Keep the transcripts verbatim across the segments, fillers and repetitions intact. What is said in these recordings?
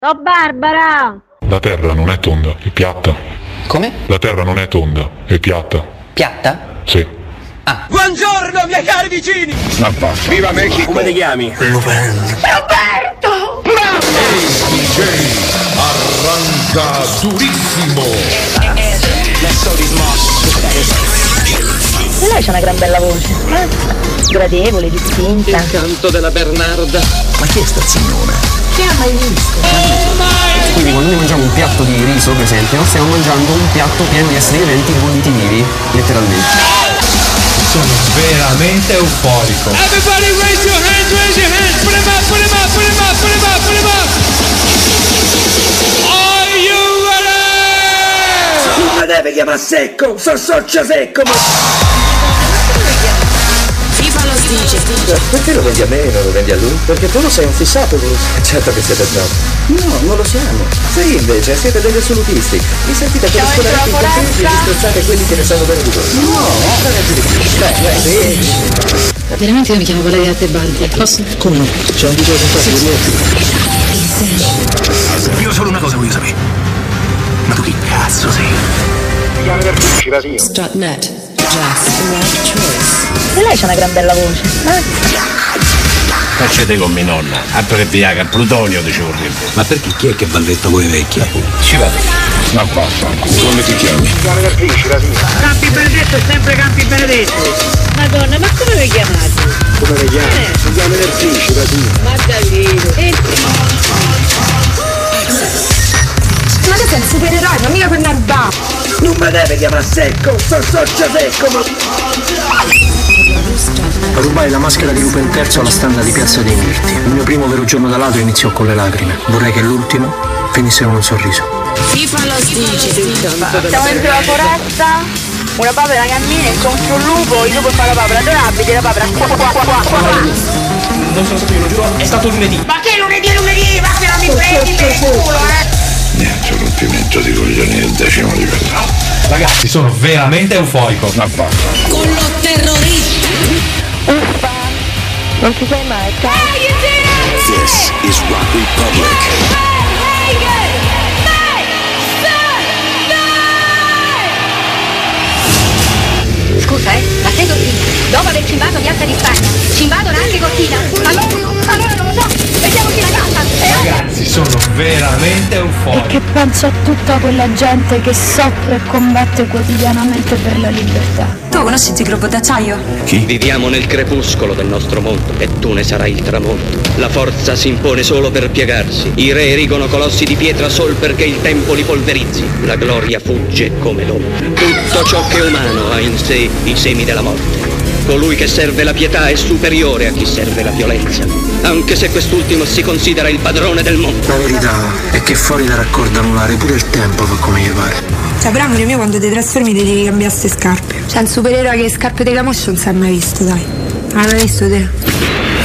Oh Barbara! La terra non è tonda, è piatta. Come? La terra non è tonda, è piatta. Piatta? Sì. Ah. Buongiorno miei cari vicini! Ma basta. Viva Mexico! Come ti chiami? Roberto! Bravo! D J arranca durissimo. Lei c'ha una gran bella voce, eh? Gradevole, distinta. Il canto della Bernarda. Ma chi è sta signora? Chi ha mai visto? Quindi quando noi mangiamo un piatto di riso, per esempio, stiamo mangiando un piatto pieno di esseri viventi conditi vivi, letteralmente. Sono veramente euforico. Everybody raise your hands, raise your hands, put them up, put them up, put them up, put them up, put them up. Are you ready? Non mi deve chiamare secco, so socio secco, ma... FIFA lo dice. Perché lo vendi a me e non lo vendi a lui? Perché tu lo sei un fissato, Bruce. Certo che siete snob. No, non lo siamo. Voi invece siete degli assolutisti. Vi sentite per scolare i contenti e disprezzate quelli che ne sanno bene di voi. No, ragazzi di più. Dai, dai, sì. Veramente io mi chiamo Valeria Tebaldi, posso? Come no? C'è un D J con Sì. Io solo una cosa voglio sapere. Ma tu chi cazzo sei? E lei c'ha una gran bella voce, eh? Facete con mia nonna, abbreviaga, plutonio di giorni. Ma perché chi è che balletta voi vecchia? Ci vado. Ma basta. Come ti chiami? Campi Benedetto è sempre Campi Benedetto. Madonna, ma come vi chiamate? Come le chiami? Eh. Si chiama Nerfici, la signora. Ma Davide. E... Ma tu sei un supereroe, ma mica per Narba. Non mi deve chiamare secco, so socio secco, ma... Rubai la maschera di Lupin terzo alla standa di Piazza dei Mirti. Il mio primo vero giorno da ladro iniziò con le lacrime. Vorrei che l'ultimo finisse con un sorriso. FIFA lo dice. Siamo dentro la foresta, una papera cammina, incontro un lupo, il lupo fa la papera, dove abiti la papera? Qua, qua, qua, qua, qua. Non sono stato io, lo giuro, è stato lunedì. Ma che lunedì è lunedì? Ma che non mi prendi per il culo, eh? Niente rompimento di coglioni del decimo livello. Ragazzi, sono veramente euforico. Ma basta. Con lo terrorista. Uffa, non ci sei mai, ciao. This is Rock Republic. Scusa, eh, ma sei Cortina? Dopo aver cimbato Piazza di Spagna, ci invadono anche Cortina? Allora, allora non lo so, vediamoci la casa. Ragazzi, sono veramente euforico. E che penso a tutta quella gente che soffre e combatte quotidianamente per la libertà. Tu conosci il gruppo d'acciaio? Viviamo nel crepuscolo del nostro mondo e tu ne sarai il tramonto. La forza si impone solo per piegarsi. I re erigono colossi di pietra sol perché il tempo li polverizzi. La gloria fugge come l'ombra. Tutto ciò che è umano ha in sé i semi della morte. Colui che serve la pietà è superiore a chi serve la violenza, anche se quest'ultimo si considera il padrone del mondo. La verità è che fuori da raccordo anulare pure il tempo fa come gli pare. Cioè, però amore mio, quando ti trasformi ti devi cambiare ste scarpe. Cioè, un supereroe che scarpe di Camoscio non si è mai visto, dai. Hai mai visto te?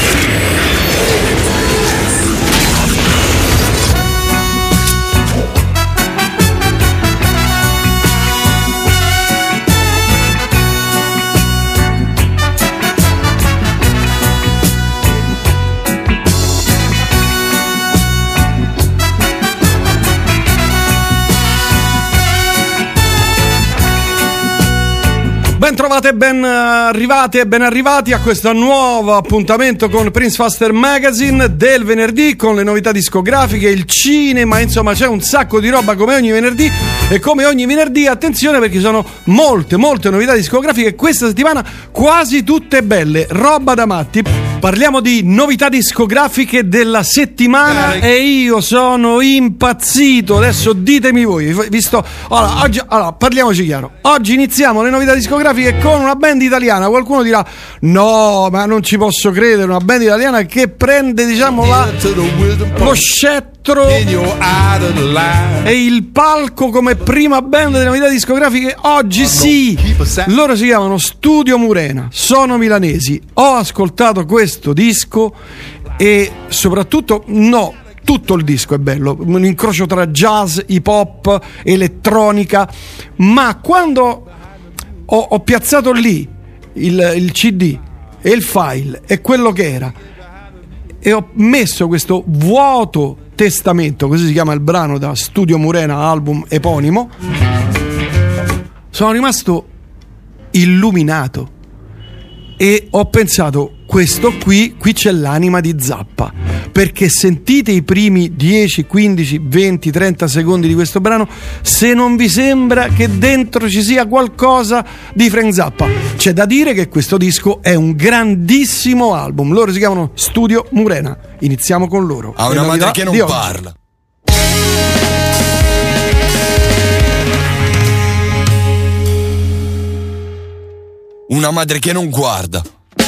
Ben trovate, ben arrivate e ben arrivati a questo nuovo appuntamento con Prince Faster Magazine del venerdì, con le novità discografiche, il cinema, insomma c'è un sacco di roba come ogni venerdì. E come ogni venerdì, attenzione, perché sono molte molte novità discografiche questa settimana, quasi tutte belle, roba da matti. Parliamo di novità discografiche della settimana e io sono impazzito. Adesso ditemi voi, visto allora, oggi, allora parliamoci chiaro. Oggi iniziamo le novità discografiche con una band italiana. Qualcuno dirà no, ma non ci posso credere, una band italiana che prende, diciamo, la, lo scettro e il palco come prima band delle novità discografiche. Oggi sì, loro si chiamano Studio Murena, sono milanesi. Ho ascoltato questo disco e soprattutto no, tutto il disco è bello, un incrocio tra jazz, hip hop, elettronica, ma quando ho, ho piazzato lì il, il C D e il file e quello che era e ho messo questo vuoto Testamento, così si chiama il brano da Studio Murena, album eponimo, sono rimasto illuminato e ho pensato, questo qui, qui c'è l'anima di Zappa, perché sentite i primi dieci, quindici, venti, trenta secondi di questo brano, se non vi sembra che dentro ci sia qualcosa di Frank Zappa. C'è da dire che questo disco è un grandissimo album, loro si chiamano Studio Murena, iniziamo con loro. Ha una madre che non parla. Una madre che non guarda.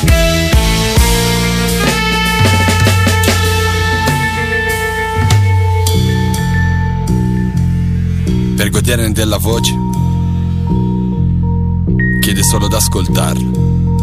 Per goderne della voce, chiede solo d'ascoltarla.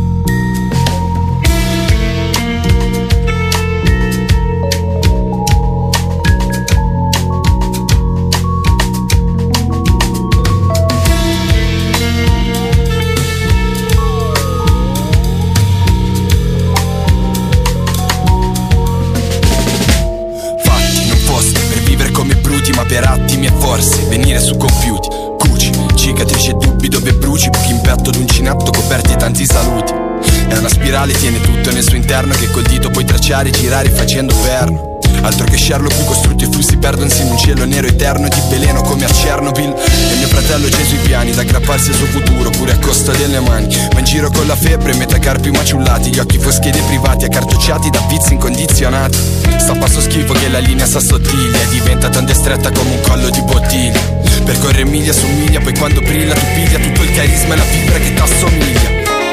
Ma per attimi e forse venire su compiuti, cuci, cicatrici e dubbi dove bruci, pochi in petto d'uncinetto coperti e tanti saluti. È una spirale, tiene tutto nel suo interno, che col dito puoi tracciare e girare facendo perno. Altro che Sherlock, qui costrutti i flussi perdono in un cielo nero eterno di veleno come a Chernobyl. E mio fratello Gesù i piani da aggrapparsi al suo futuro pure a costo delle mani. Ma in giro con la febbre, metacarpi maciullati, gli occhi foschi e deprivati, accartocciati da vizi incondizionati. Sta a passo schifo che la linea s'assottiglia e diventa tanto stretta come un collo di bottiglia. Percorre miglia su miglia, poi quando brilla tu piglia tutto il carisma e la fibra che t'assomiglia.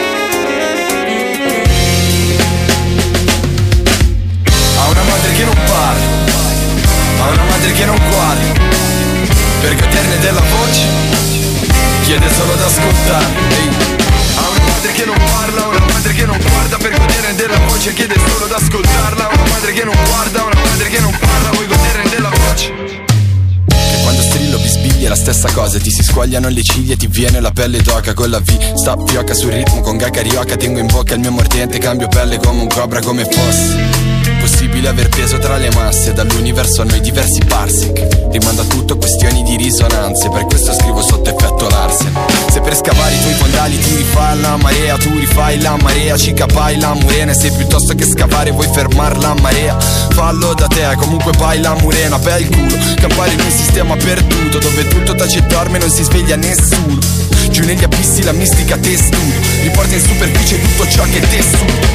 Ha una madre che non parla, ha una madre che non guarda, per goderne della voce chiede solo d'ascoltare. Ehi. Ha una madre che non parla, una madre che non guarda, per goderne della voce chiede solo d'ascoltarla. Una madre che non guarda, una madre che non parla, vuoi goderne della voce. Che quando strillo bisbiglia è la stessa cosa, ti si squagliano le ciglia e ti viene la pelle d'oca con la V. Sta fioca sul ritmo con ga carioca, tengo in bocca il mio mordente, cambio pelle come un cobra come fosse. Possibile aver peso tra le masse, dall'universo a noi diversi parsec. Rimanda tutto a questioni di risonanze, per questo scrivo sotto effetto Larsen. Se per scavare i tuoi fondali ti rifai la marea, tu rifai la marea, ci capai la murena. E se piuttosto che scavare vuoi fermar la marea, fallo da te, comunque pai la murena. Bel culo, campare in un sistema perduto, dove tutto tace e dorme e non si sveglia nessuno. Giù negli abissi la mistica testudo riporta in superficie tutto ciò che è tessuto.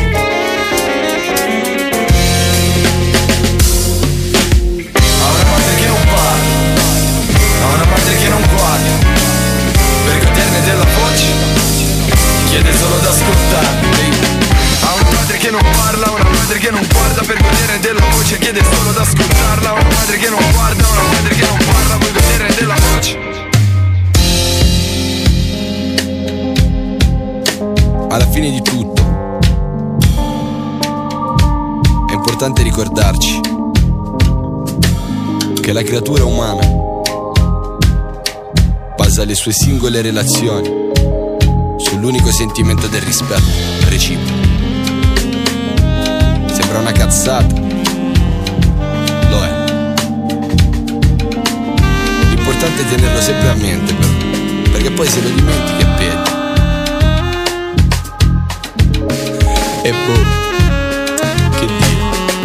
Ha una madre che non guarda, per goderne della voce chiede solo d'ascoltare. Ha una madre che non parla, una madre che non guarda, per goderne della voce chiede solo d'ascoltarla. Una madre che non guarda, una madre che non parla, vuoi goderne della voce. Alla fine di tutto è importante ricordarci che la creatura umana basa le sue singole relazioni sull'unico sentimento del rispetto reciproco. Sembra una cazzata, lo è. L'importante è tenerlo sempre a mente, però, perché poi se lo dimentichi è peggio. E boh, che dire.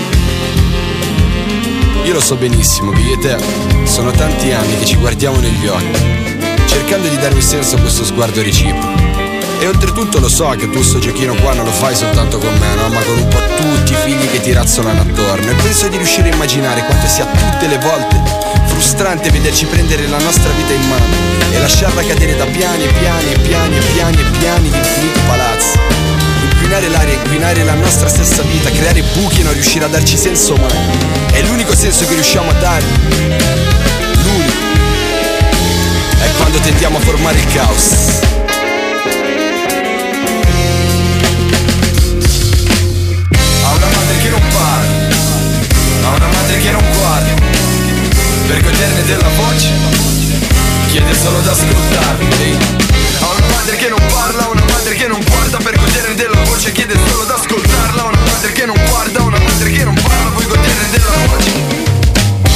Io lo so benissimo che io e te sono tanti anni che ci guardiamo negli occhi, cercando di dare un senso a questo sguardo reciproco. E oltretutto lo so che tu sto giochino qua non lo fai soltanto con me, no? Ma con un po' tutti i figli che ti razzolano attorno. E penso di riuscire a immaginare quanto sia tutte le volte frustrante vederci prendere la nostra vita in mano e lasciarla cadere da piani e piani e piani e piani e piani di infiniti palazzi. Inquinare l'aria, inquinare la nostra stessa vita, creare buchi e non riuscire a darci senso mai. È l'unico senso che riusciamo a dare, l'unico, è quando tendiamo a formare il caos. Ha una madre che non parla, ha una madre che non guarda, per goderne della voce chiede solo d'ascoltarmi. Ha una madre che non parla, una madre che non guarda, per goderne della voce chiede solo d'ascoltarla. Una madre che non guarda, una madre che non parla, vuoi goderne della voce.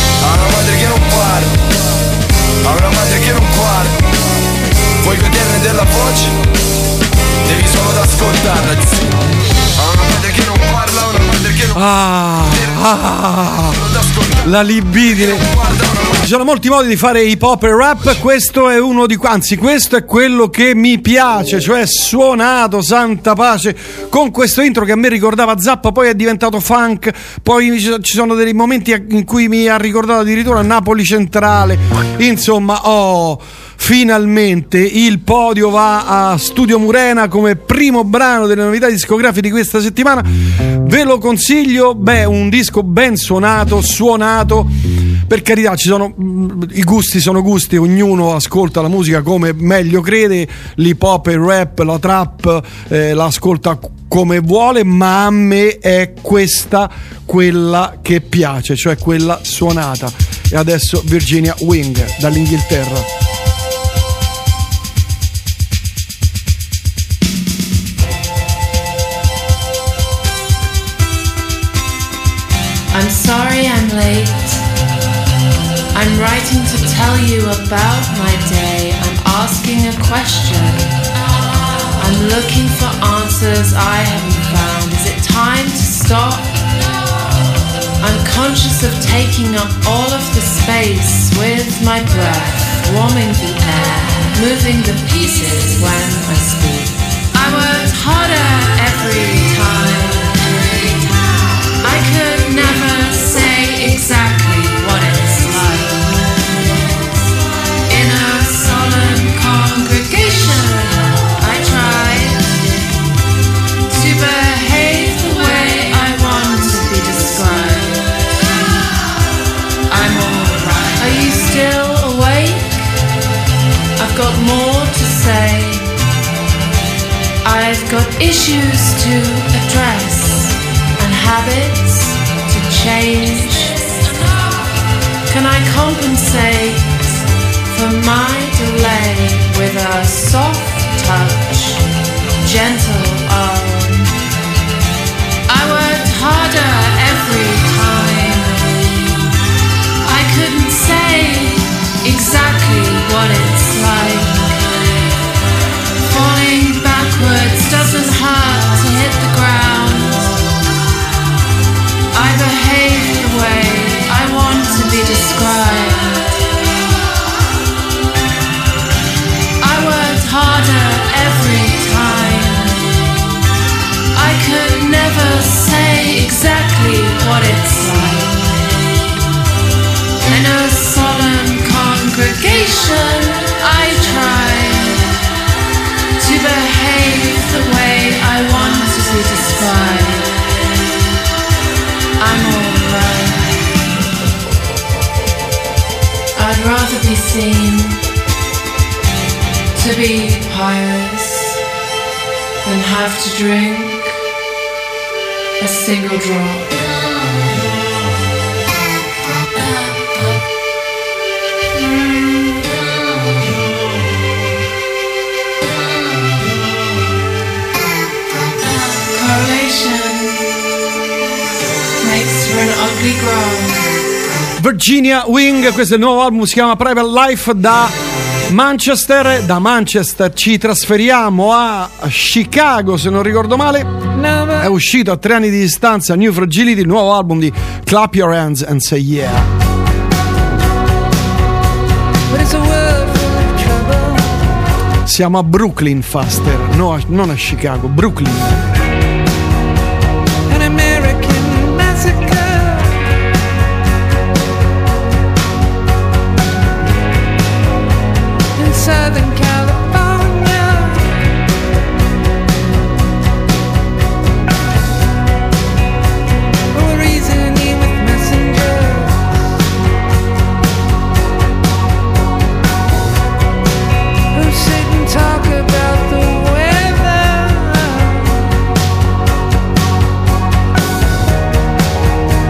ragazzino. Ha una madre che non parla, una madre che non Ah, ah, la libidine. Ci sono molti modi di fare hip hop e rap, questo è uno di quanti, anzi questo è quello che mi piace, cioè suonato, santa pace, con questo intro che a me ricordava Zappa, poi è diventato funk, poi ci sono dei momenti in cui mi ha ricordato addirittura Napoli Centrale, insomma, oh, finalmente il podio va a Studio Murena come primo brano delle novità discografiche di questa settimana. Ve lo consiglio, beh, un disco ben suonato, suonato, per carità, ci sono i gusti sono gusti, ognuno ascolta la musica come meglio crede, l'hip hop, il rap, la trap, eh, la ascolta come vuole, ma a me è questa quella che piace, cioè quella suonata. E adesso Virginia Wing dall'Inghilterra. I'm sorry I'm late. I'm writing to tell you about my day. I'm asking a question. I'm looking for answers I haven't found. Is it time to stop? I'm conscious of taking up all of the space with my breath, warming the air, moving the pieces when I speak. I worked harder every time. I could never say exactly what it's like. In a solemn congregation, I tried to behave the way I want to be described. I'm alright. Are you still awake? I've got more to say. I've got issues to address and habits to change. Can I compensate for my delay with a soft touch, gentle arm? I worked harder every time. I couldn't say exactly what it's like. Falling backwards doesn't hurt to hit the ground. I behave the way I want to be described. I worked harder every time. I could never say exactly what it's like. In a solemn congregation, I tried to behave the way I want to be described. I'm alright. I'd rather be seen to be pious than have to drink a single drop. Virginia Wing, questo è il nuovo album, si chiama Private Life. Da Manchester, da Manchester ci trasferiamo a Chicago, se non ricordo male. È uscito a tre anni di distanza New Fragility, il nuovo album di Clap Your Hands and Say Yeah. Siamo a Brooklyn, Faster, no, a, non a Chicago, Brooklyn. Southern California, we're reasoning with messengers, who sit and talk about the weather.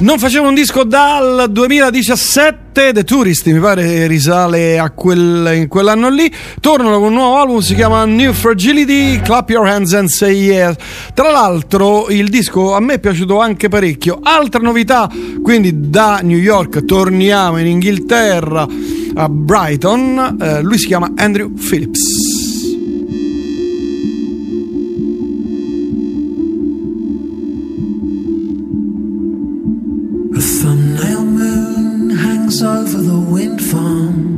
Non facevano un disco dal duemiladiciassette, The Tourist mi pare risale a quel, in quell'anno lì. Tornano con un nuovo album, si chiama New Fragility, Clap Your Hands and Say Yes. Tra l'altro il disco a me è piaciuto anche parecchio. Altra novità, quindi da New York torniamo in Inghilterra, a Brighton. eh, lui si chiama Andrew Phillips. A thumbnail moon hangs over the wind farm.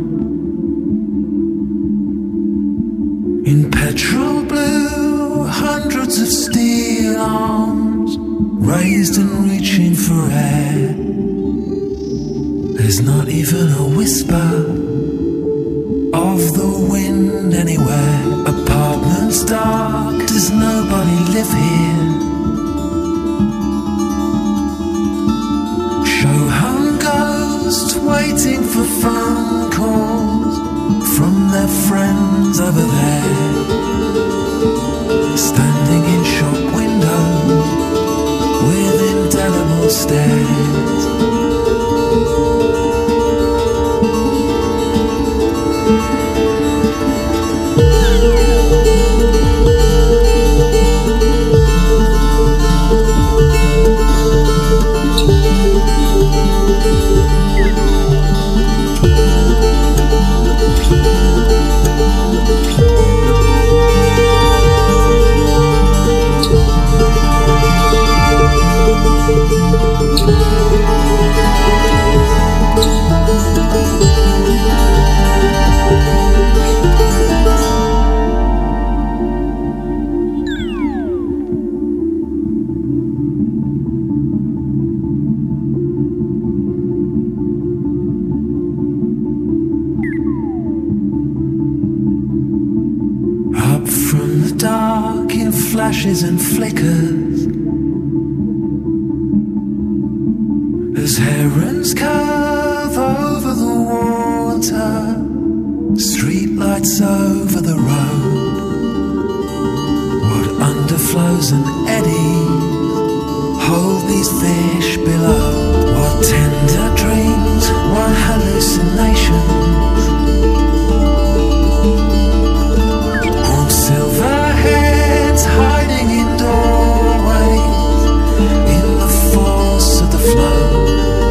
In petrol blue, hundreds of steel arms raised and reaching for air. There's not even a whisper of the wind anywhere. Apartments dark, does nobody live here? Show home ghosts waiting for phone calls from their friends over there, standing in shop windows with indelible stares. Flashes and flickers as herons curve over the water, streetlights over the road. What underflows and eddies hold these fish below? What tender dreams, what hallucinations on silver heads hiding in doorways, in the force of the flow,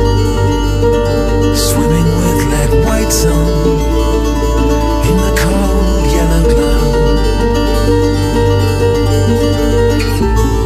swimming with lead weights on, in the cold yellow glow.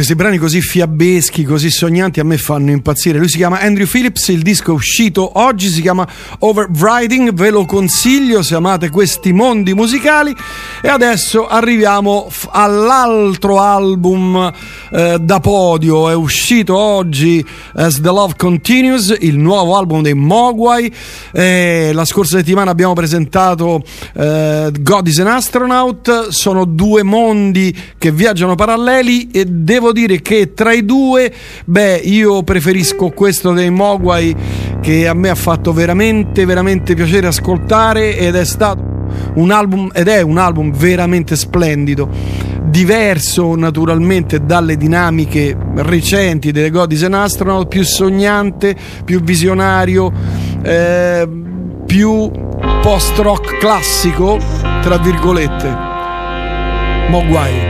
questi brani così fiabeschi, così sognanti a me fanno impazzire. Lui si chiama Andrew Phillips, il disco è uscito oggi, si chiama Overriding, ve lo consiglio se amate questi mondi musicali. E adesso arriviamo f- all'altro album eh, da podio, è uscito oggi As the Love Continues, il nuovo album dei Mogwai. Eh, la scorsa settimana abbiamo presentato eh, God is an Astronaut, sono due mondi che viaggiano paralleli e devo dire che tra i due, beh, io preferisco questo dei Mogwai, che a me ha fatto veramente veramente piacere ascoltare, ed è stato un album ed è un album veramente splendido, diverso naturalmente dalle dinamiche recenti delle God is an Astronaut, più sognante, più visionario, eh, più post rock classico, tra virgolette. Mogwai.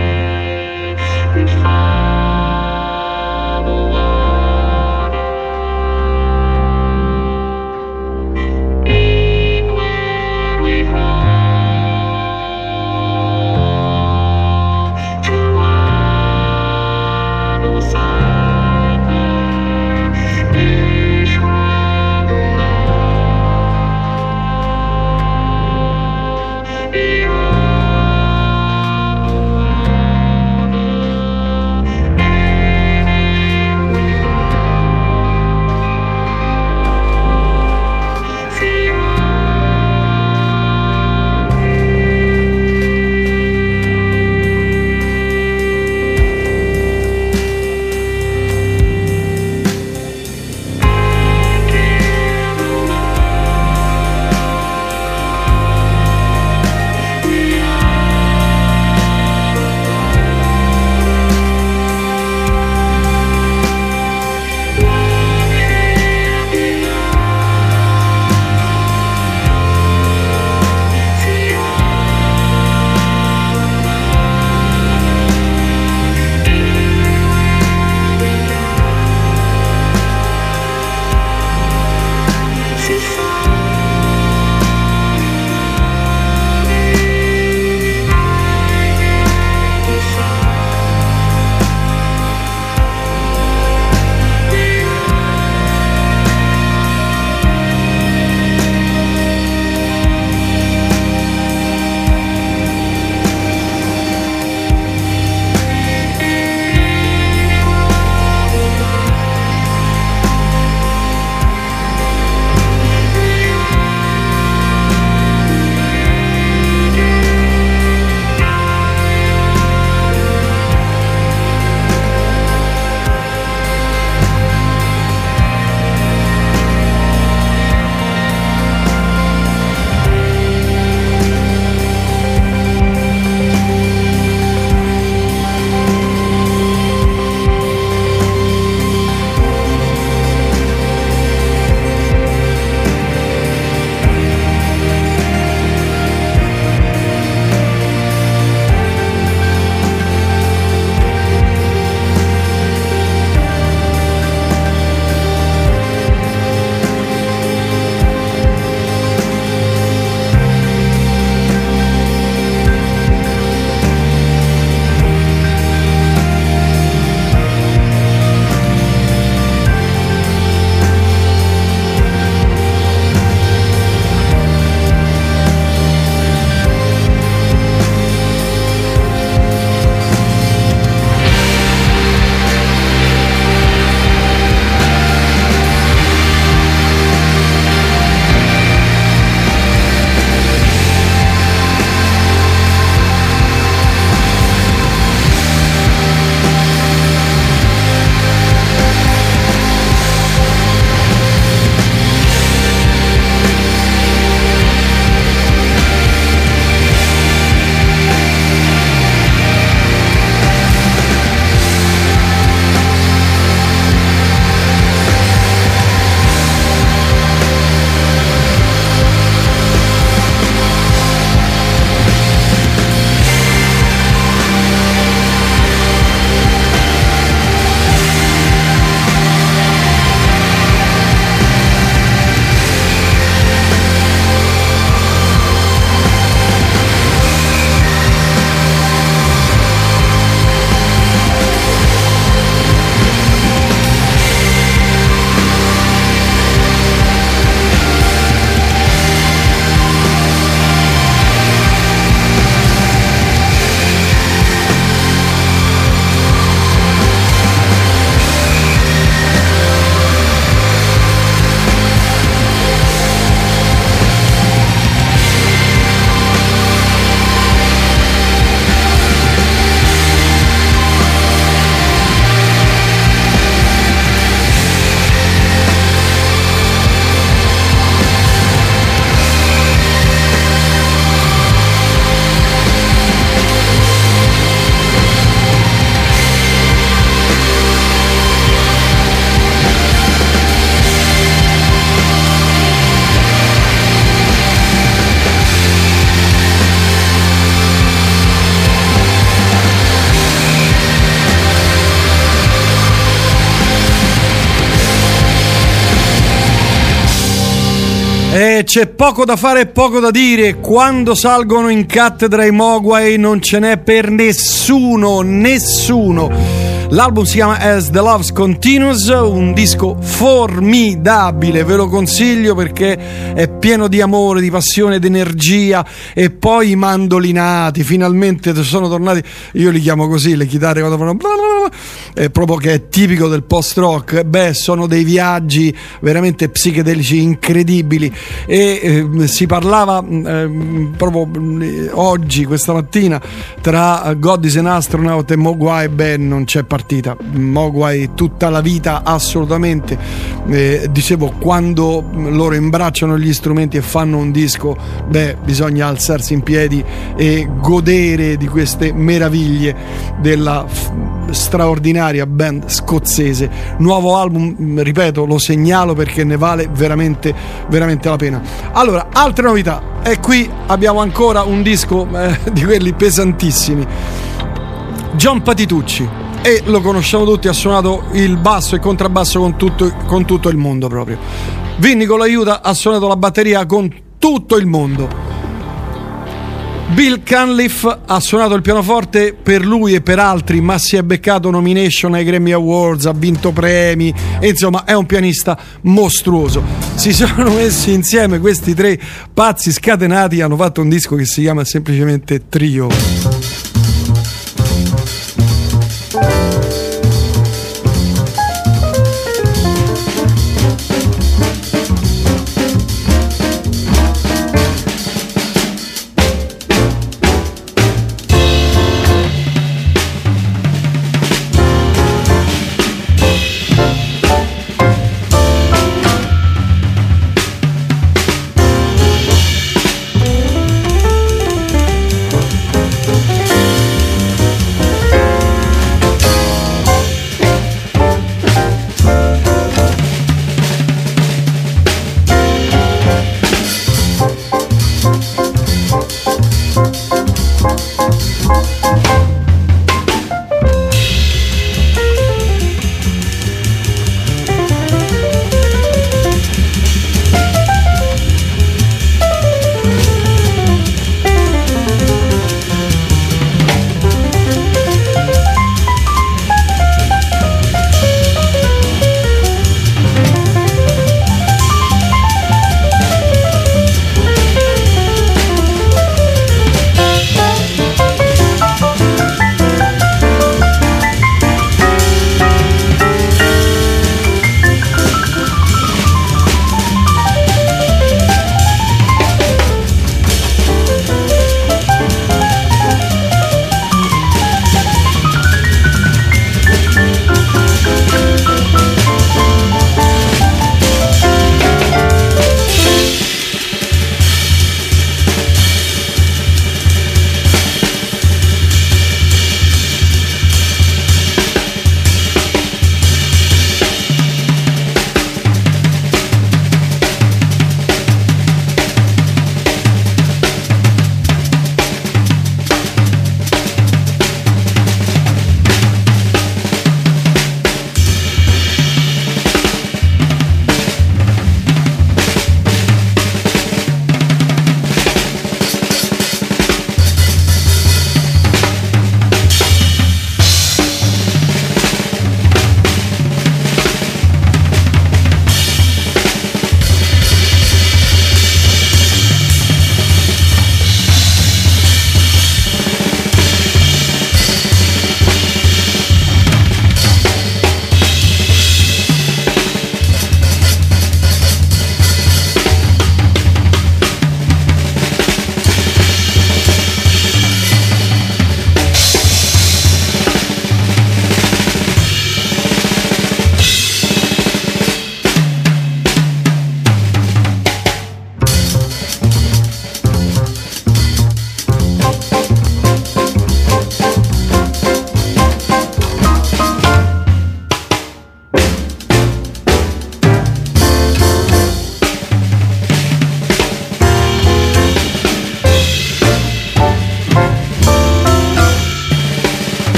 E c'è poco da fare e poco da dire. Quando salgono in cattedra i Mogwai non ce n'è per nessuno, nessuno. L'album si chiama As the Loves Continues, un disco formidabile, ve lo consiglio perché è pieno di amore, di passione, di energia. E poi i mandolinati finalmente sono tornati, io li chiamo così, le chitarre quando fanno bla bla bla, è proprio che è tipico del post rock. Beh, sono dei viaggi veramente psichedelici incredibili. E eh, si parlava eh, proprio eh, oggi, questa mattina, tra God is an Astronaut e Mogwai. Beh, non c'è partita. Mogwai tutta la vita, assolutamente. Eh, dicevo, quando loro imbracciano gli strumenti e fanno un disco, beh, bisogna alzarsi in piedi e godere di queste meraviglie della f- straordinaria band scozzese. Nuovo album, ripeto, lo segnalo perché ne vale veramente veramente la pena. Allora, altre novità, e qui abbiamo ancora un disco eh, di quelli pesantissimi. John Patitucci, e lo conosciamo tutti, ha suonato il basso e il contrabbasso con tutto, con tutto il mondo proprio. Vinny con l'aiuta ha suonato la batteria con tutto il mondo. Bill Cunliffe ha suonato il pianoforte per lui e per altri, ma si è beccato nomination ai Grammy Awards, ha vinto premi, e insomma è un pianista mostruoso. Si sono messi insieme questi tre pazzi scatenati, hanno fatto un disco che si chiama semplicemente Trio.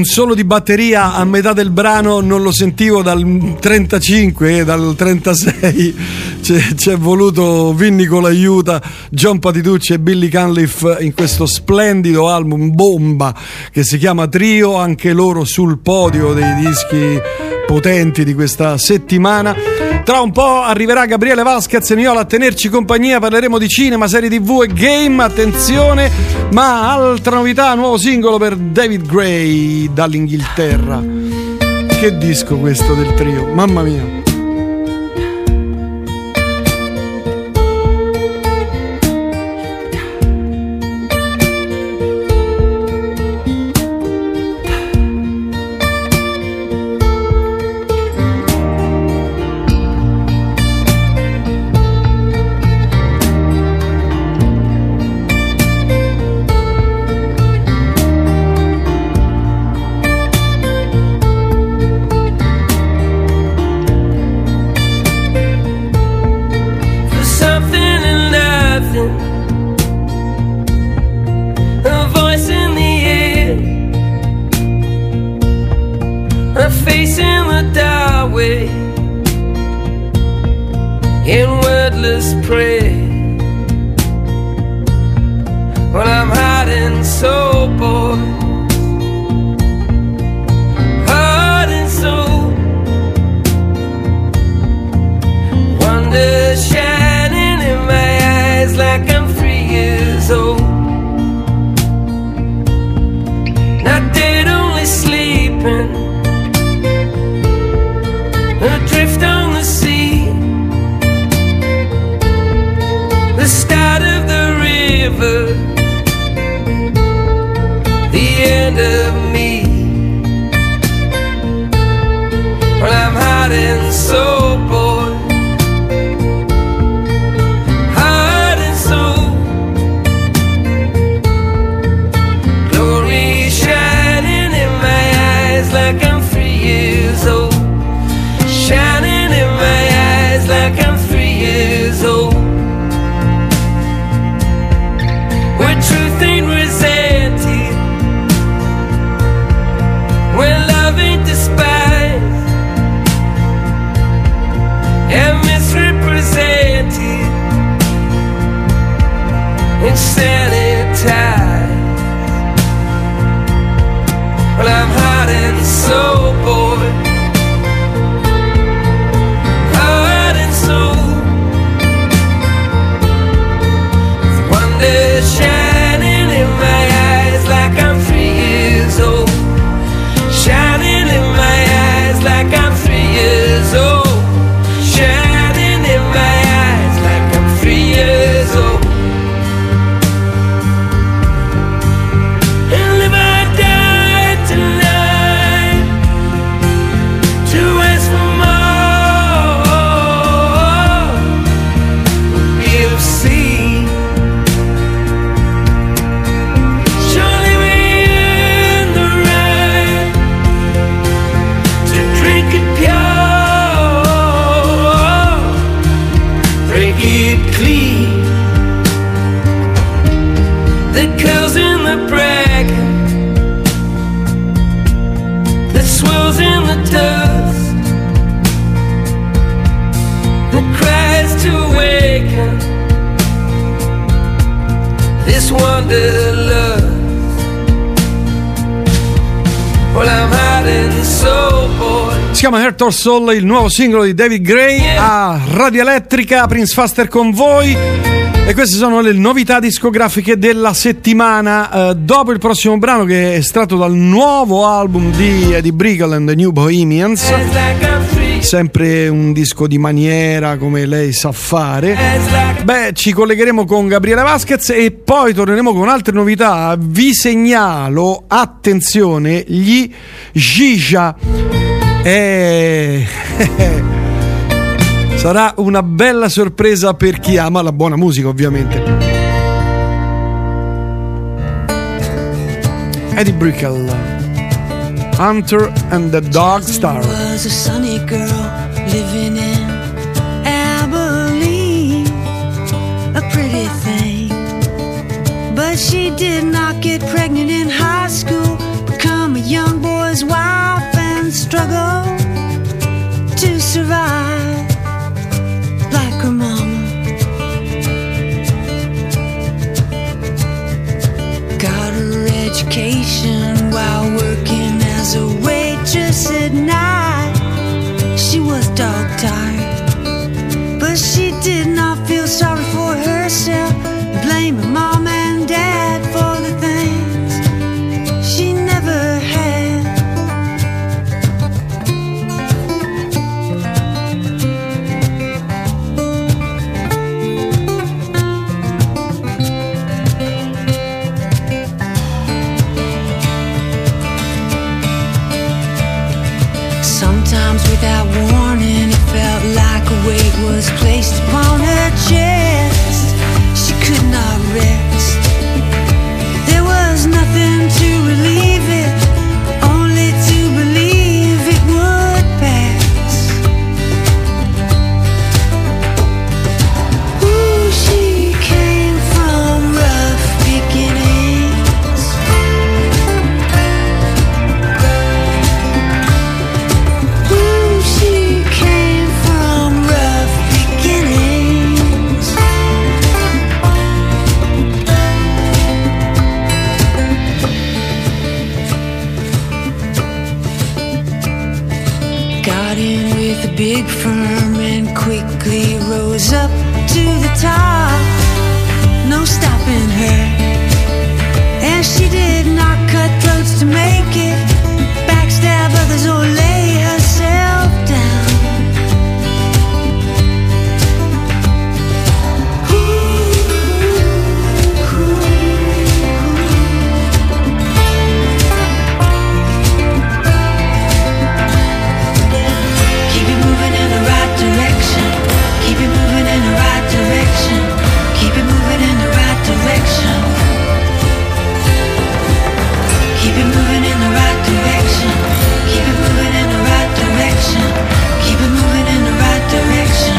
un solo di batteria a metà del brano non lo sentivo dal trentacinque, eh, dal trentasei. C'è, c'è voluto Vinny Colaiuta, John Patitucci e Billy Cunliffe in questo splendido album bomba che si chiama Trio, anche loro sul podio dei dischi potenti di questa settimana. Tra un po' arriverà Gabriele Vasquez e Niola a tenerci compagnia, parleremo di cinema, serie tv e game, attenzione, ma altra novità, nuovo singolo per David Gray dall'Inghilterra. Che disco questo del Trio, mamma mia. Si chiama Heart or Soul, il nuovo singolo di David Gray a Radio Elettrica, Prince Faster con voi. E queste sono le novità discografiche della settimana. Uh, dopo il prossimo brano, che è estratto dal nuovo album di Eddie Brickell and the New Bohemians, sempre un disco di maniera come lei sa fare, beh, ci collegheremo con Gabriele Vasquez e poi torneremo con altre novità. Vi segnalo, attenzione, gli Gigia. E... sarà una bella sorpresa per chi ama la buona musica, ovviamente. Eddie Brickell, Hunter and the Dog Star. Was a sunny girl living in Abilene, a pretty thing, but she did not get pregnant in high school, become a young boy struggle to survive like her mama. Got her education while working as a waitress at night. She was dog tired, but she did not feel sorry for herself, blaming mom and dad for the things she never had. Sometimes without warning, it felt like a weight was placed upon her chest. She could not rest. There was nothing to relieve it, only to believe it would pass. Ooh, she came from rough beginnings. Ooh, she came from rough beginnings. Got in with a big firm and quickly rose up to the top. No stopping her, and she did not cut throats to make it, backstab others or lay herself down. Keep it moving in the right direction. Keep it moving in the right direction. Keep it moving in the right direction. Keep it moving in the right direction. Keep it moving in the right direction. Keep it moving in the right direction.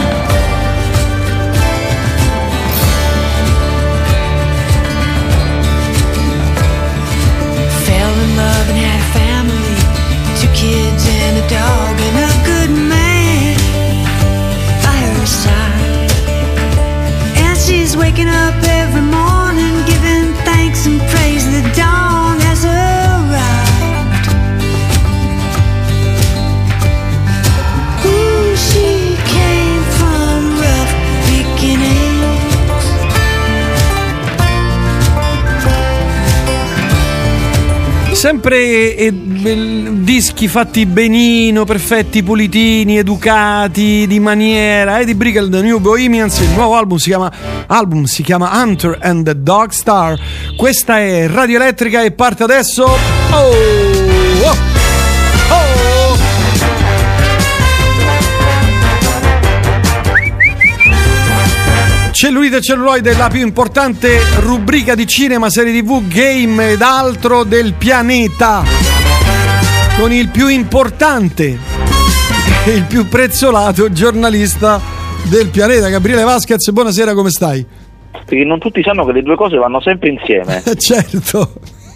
Fell in love and had a family, two kids and a dog and a good man by her side. And she's waking up every morning, giving thanks and praise. The dawn has arrived. Ooh, she came from rough beginnings. Sempre eh, bel- dischi fatti benino, perfetti, pulitini, educati, di maniera. Eddie Brickell, The New Bohemians. Il nuovo album si chiama album si chiama Hunter and the Dog Star. Questa è Radio Elettrica e parte adesso. Oh, oh, oh. Cellulite e celluloide, la più importante rubrica di cinema, serie tv, game ed altro del pianeta, con il più importante e il più prezzolato giornalista del pianeta, Gabriele Vasquez. Buonasera, come stai? Perché non tutti sanno che le due cose vanno sempre insieme. Certo.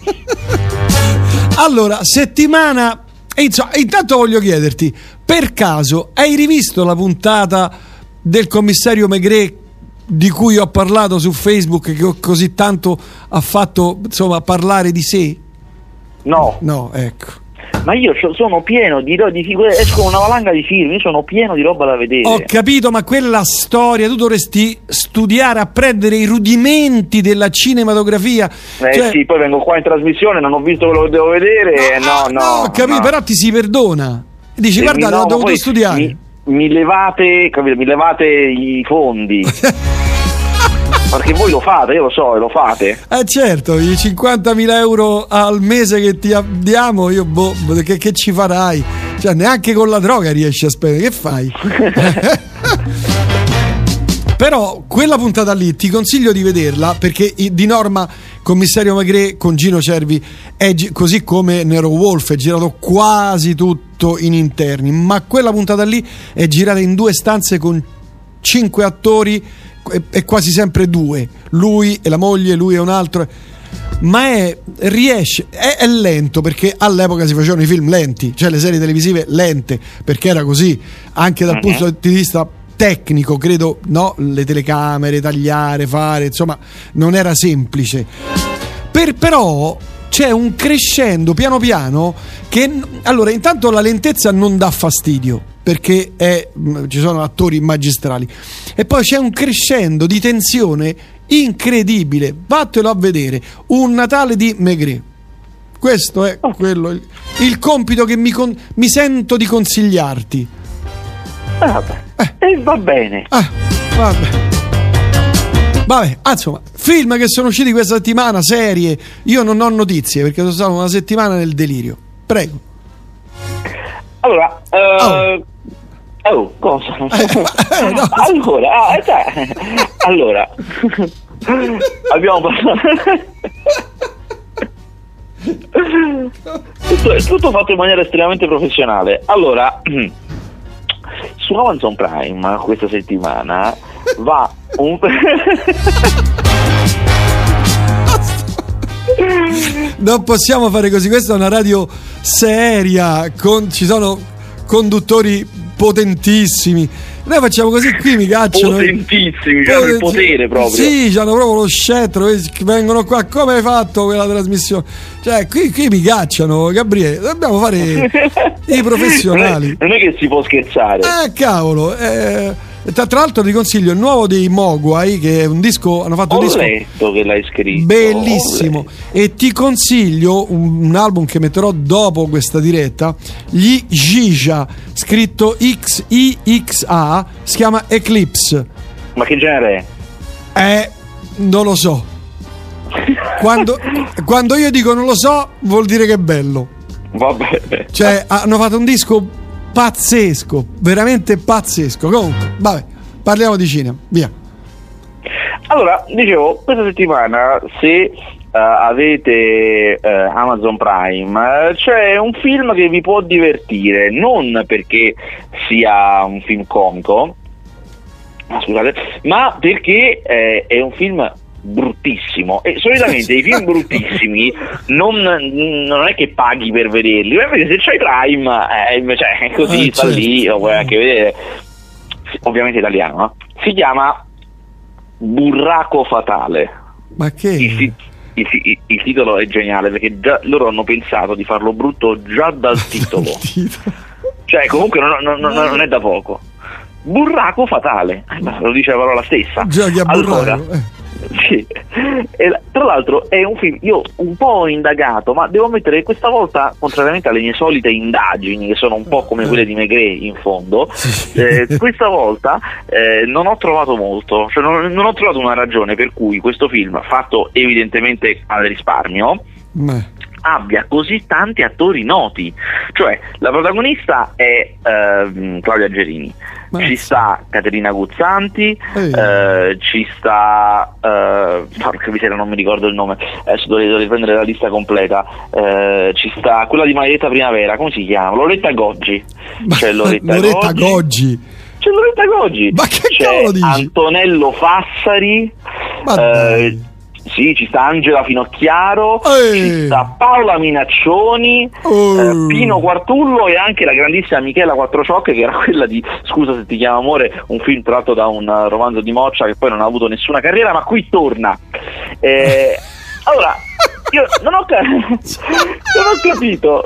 Allora, settimana, insomma, intanto voglio chiederti, per caso hai rivisto la puntata del commissario Maigret di cui ho parlato su Facebook, che così tanto ha fatto, insomma, parlare di sé? No. No, ecco. Ma io sono pieno di, di figure, escono una valanga di film, io sono pieno di roba da vedere. Ho capito, ma quella storia tu dovresti studiare, apprendere i rudimenti della cinematografia. Eh cioè... sì, poi vengo qua in trasmissione, non ho visto quello che devo vedere, no, no. No, ho capito, no. Però ti si perdona. E dici, e guardate, no, ho dovuto poi studiare. Mi, mi levate, capito, mi levate i fondi. Perché voi lo fate, io lo so, lo fate. Eh certo, i cinquantamila euro al mese che ti diamo, io boh, che, che ci farai? Cioè, neanche con la droga riesci a spendere, che fai? Però quella puntata lì ti consiglio di vederla, perché di norma Commissario Maigret con Gino Cervi è gi- così come Nero Wolf, è girato quasi tutto in interni, ma quella puntata lì è girata in due stanze con cinque attori e quasi sempre due, lui e la moglie, lui e un altro. ma è riesce è, è lento, perché all'epoca si facevano i film lenti, cioè le serie televisive lente, perché era così anche dal Mm-hmm. punto di vista tecnico, credo, no? Le telecamere, tagliare, fare, insomma, non era semplice. Per, però c'è un crescendo piano piano che, allora, intanto la lentezza non dà fastidio, perché è, ci sono attori magistrali, e poi c'è un crescendo di tensione incredibile. Vattelo a vedere, Un Natale di Maigret. Questo è quello, il, il compito che mi, con, mi sento di consigliarti. Ah, vabbè. Eh. E va bene. Ah, vabbè. Vabbè, ah, insomma, film che sono usciti questa settimana, serie. Io non ho notizie perché sono stato una settimana nel delirio. Prego. Allora, uh, oh. oh, cosa? Eh, no. Allora, ah, cioè, allora, abbiamo parlato. tutto, è tutto fatto in maniera estremamente professionale. Allora, su Amazon Prime questa settimana va un non possiamo fare così, questa è una radio seria, con, ci sono conduttori potentissimi. Noi facciamo così, qui mi cacciano potentissimi, hanno il potere proprio. Sì, hanno proprio lo scettro, vengono qua. Come hai fatto quella trasmissione? Cioè, qui, qui mi cacciano, Gabriele. Dobbiamo fare i professionali. Non è, non è che si può scherzare. Eh, cavolo. Eh, tra, tra l'altro ti consiglio il nuovo dei Mogwai, che è un disco, hanno fatto Ho un disco letto che l'hai scritto. bellissimo, e ti consiglio un, un album che metterò dopo questa diretta, gli Gigia, scritto X I X A, si chiama Eclipse. Ma che genere è? Eh, non lo so. Quando, quando io dico non lo so, vuol dire che è bello. Vabbè. Cioè, hanno fatto un disco pazzesco, veramente pazzesco. Comunque, vabbè, parliamo di cinema, via. Allora, dicevo, questa settimana, se uh, avete uh, Amazon Prime, uh, c'è un film che vi può divertire, non perché sia un film comico, scusate, ma perché eh, è un film bruttissimo, e solitamente i film bruttissimi non, non è che paghi per vederli, perché se c'hai Prime eh, cioè, è così, eh, sta certo. lì, lo puoi anche vedere, ovviamente italiano, no? Si chiama Burraco Fatale. Ma che? Il, il, il, il titolo è geniale, perché già loro hanno pensato di farlo brutto già dal titolo. Cioè, comunque non, non, non, non è da poco. Burraco Fatale, lo dice la parola stessa. Giochi a allora, burraco. Eh. Sì. E, tra l'altro è un film, io un po' ho indagato, ma devo ammettere che questa volta, contrariamente alle mie solite indagini, che sono un po' come quelle di Maigret in fondo, eh, questa volta eh, non ho trovato molto, cioè non, non ho trovato una ragione per cui questo film, fatto evidentemente al risparmio, Ma. abbia così tanti attori noti. Cioè, la protagonista è ehm, Claudia Gerini, Ma. ci sta Caterina Guzzanti, Ehi. eh, ci sta eh, porca miseria, non mi ricordo il nome, adesso dovrei, dovrei prendere la lista completa, eh, ci sta quella di Maledetta Primavera, come si chiama? Loretta Goggi. C'è Loretta, Loretta Goggi. Goggi. C'è Loretta Goggi. Ma che c'è cavolo dici? Antonello Fassari. Ma eh, dai. Sì, ci sta Angela Finocchiaro, Ehi. ci sta Paola Minaccioni, Oh. eh, Pino Quartullo e anche la grandissima Michela Quattrociocche, che era quella di Scusa se ti chiamo amore, un film tratto da un uh, romanzo di Moccia che poi non ha avuto nessuna carriera, ma qui torna. Eh, allora, io non ho, ca- non ho capito.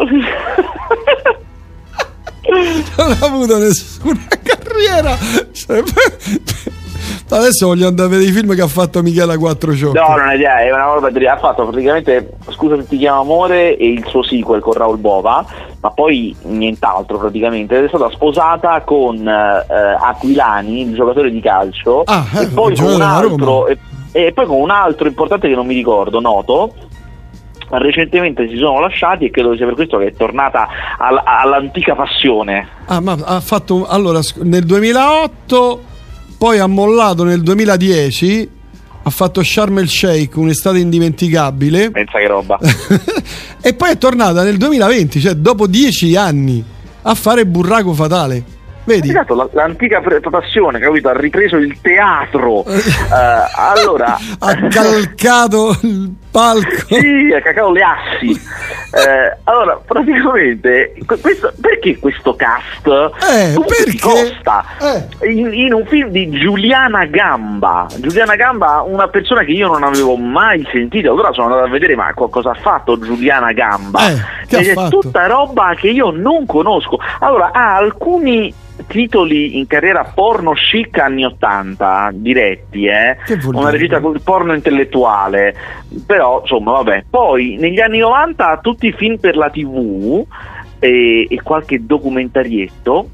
Non ha avuto nessuna carriera. Cioè, adesso voglio andare a vedere i film che ha fatto Michela Quattrociocche. No, non è idea, è una roba di... ha fatto praticamente Scusa se ti chiamo amore e il suo sequel con Raul Bova, ma poi nient'altro praticamente. È stata sposata con eh, Aquilani, il giocatore di calcio, Ah, eh, e poi con un giocatore della altro e, e poi con un altro importante che non mi ricordo, noto. Recentemente si sono lasciati e credo sia per questo che è tornata all- all'antica passione. Ah, ma ha fatto allora sc- nel duemilaotto, poi ha mollato nel duemiladieci, ha fatto Sharm el Sheikh, un'estate indimenticabile. Pensa che roba. E poi è tornata nel duemilaventi, cioè dopo dieci anni, a fare Burraco Fatale. Vedi? Esatto, la- l'antica pre- passione, capito? Ha ripreso il teatro. Eh, allora Ha calcato il palco. Sì, a Cacao le assi. Eh, allora, praticamente, questo, perché questo cast eh, perché? costa eh. in, in un film di Giuliana Gamba. Giuliana Gamba, una persona che io non avevo mai sentito, allora sono andato a vedere ma cosa ha fatto Giuliana Gamba. Eh, che Ed ha è fatto? tutta roba che io non conosco. Allora, ha alcuni titoli in carriera porno chic anni ottanta diretti, eh? Una regista porno intellettuale, però insomma vabbè. Poi negli anni novanta tutti i film per la tivù e, e qualche documentarietto,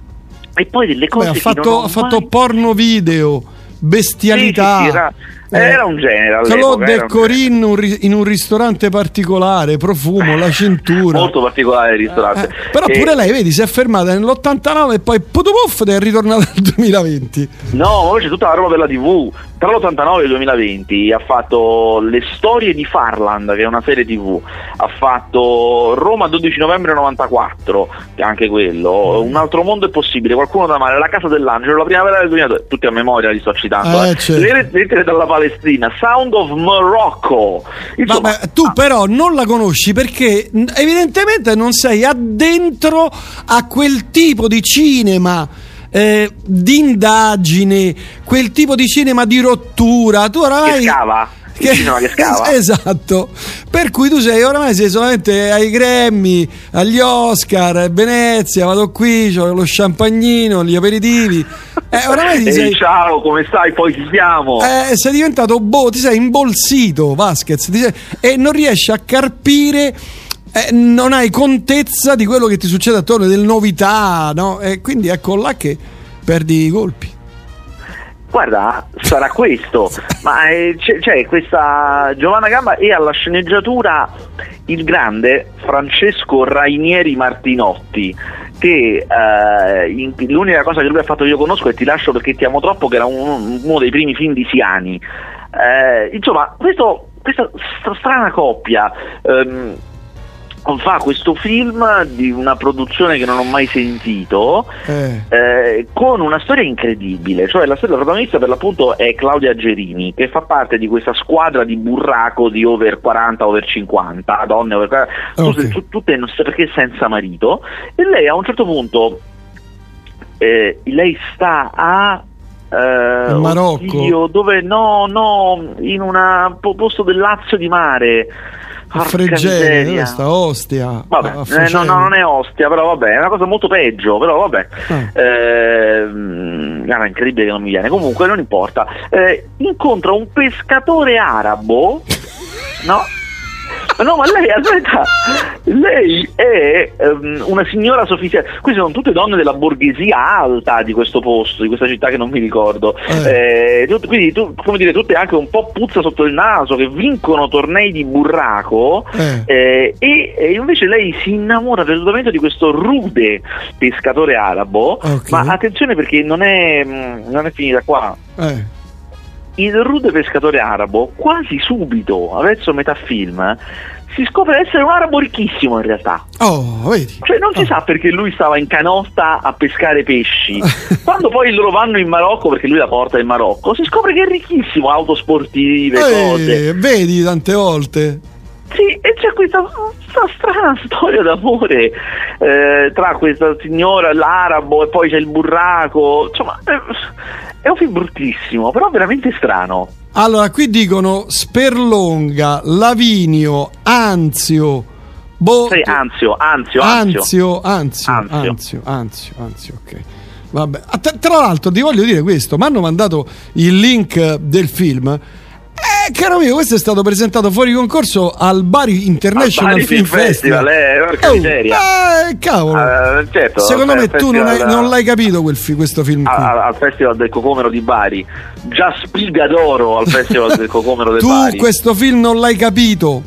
e poi delle cose Beh, ha che fatto, non ho ha fatto mai... porno video, bestialità. Sì, sì, sì, era... Era un genere Calò all'epoca, del Corinne un ri- in un ristorante particolare, profumo, la cintura. Molto particolare il ristorante. Eh, però E- pure lei, vedi, si è fermata nell'ottantanove e poi putupuff ed è ritornata nel duemilaventi. No, ma poi c'è tutta la roba per la tivù. Tra l'ottantanove e il duemilaventi ha fatto Le storie di Farland, che è una serie tivù. Ha fatto Roma dodici novembre novantaquattro, che è anche quello. Un altro mondo è possibile, qualcuno da male, La casa dell'angelo, la primavera del duemiladue. Tutti a memoria li sto citando. Eh, eh. certo. Le lettere dalla Palestina, Sound of Morocco. Insomma, Vabbè, tu però non la conosci perché n- evidentemente non sei addentro a quel tipo di cinema eh, di indagine, quel tipo di cinema di rottura. Tu oramai che scava. Che, cinema che scava. esatto, per cui tu sei oramai sei solamente ai Grammy, agli Oscar, a Venezia, vado qui, c'ho lo champagnino, gli aperitivi. Eh, oramai ti Ehi, sei, ciao, come stai? Poi ci siamo. eh, sei diventato boh, ti sei imbolsito, Vasquez, ti sei, e non riesci a carpire. Eh, non hai contezza di quello che ti succede attorno, delle novità, no? E quindi ecco là che perdi i colpi. Guarda, sarà questo, ma eh, c'è, c'è questa Giovanna Gamba e alla sceneggiatura il grande Francesco Rainieri Martinotti, che eh, in, l'unica cosa che lui ha fatto che io conosco è Ti lascio perché ti amo troppo, che era un, uno dei primi film di Siani. Eh, insomma, questo, questa strana coppia ehm, fa questo film di una produzione che non ho mai sentito, eh. eh, con una storia incredibile. Cioè la storia della protagonista per l'appunto è Claudia Gerini, che fa parte di questa squadra di burraco di over quaranta, over cinquanta, donne over quaranta, Okay. tutte, tutte non so perché senza marito, e lei a un certo punto eh, lei sta a eh, In Marocco? oddio, dove no no in un posto del Lazio di mare. A Porca Fregene, miseria. dove sta Ostia? Vabbè, A eh, no, Fregene. no, non è Ostia, però vabbè, è una cosa molto peggio, però vabbè. Ah. Ehm, guarda, è incredibile che non mi viene, comunque non importa. Eh, incontra un pescatore arabo, no? No, ma lei, aspetta, lei è um, una signora sofisticata. Queste sono tutte donne della borghesia alta di questo posto, di questa città che non mi ricordo. Eh. Eh, tut- quindi, tu, come dire, tutte anche un po' puzza sotto il naso, che vincono tornei di burraco. Eh. Eh, e, e invece lei si innamora perdutamente di questo rude pescatore arabo. Okay. Ma attenzione, perché non è, mh, non è finita qua. Eh. Il rude pescatore arabo, quasi subito, verso metà film, si scopre essere un arabo ricchissimo in realtà. Oh, vedi. Cioè non si sa perché lui stava in canotta a pescare pesci. Quando poi loro vanno in Marocco, perché lui la porta in Marocco, si scopre che è ricchissimo, auto sportive, cose. Eh, vedi tante volte. Sì, e c'è questa, questa strana storia d'amore eh, tra questa signora, l'arabo, e poi c'è il burraco. Insomma, è, è un film bruttissimo, però veramente strano. Allora, qui dicono Sperlonga, Lavinio, Anzio, Bo- Sì, Anzio, Anzio, Anzio. Anzio, Anzio, Anzio. Anzio, Anzio, Anzio, ok. Vabbè. Ah, Tra, tra l'altro ti voglio dire questo, mi hanno mandato il link del film. Eh, caro mio, questo è stato presentato fuori concorso al Bari International Bari Film Film Festival. Festival, eh, porca Oh, miseria. eh, cavolo. Eh, certo, Secondo al me tu non, hai- festival- non l'hai capito quel fi- questo film qui. A- al Festival del Cocomero di Bari, già Spiga d'oro al Festival del Cocomero di Tu Bari. questo film non l'hai capito.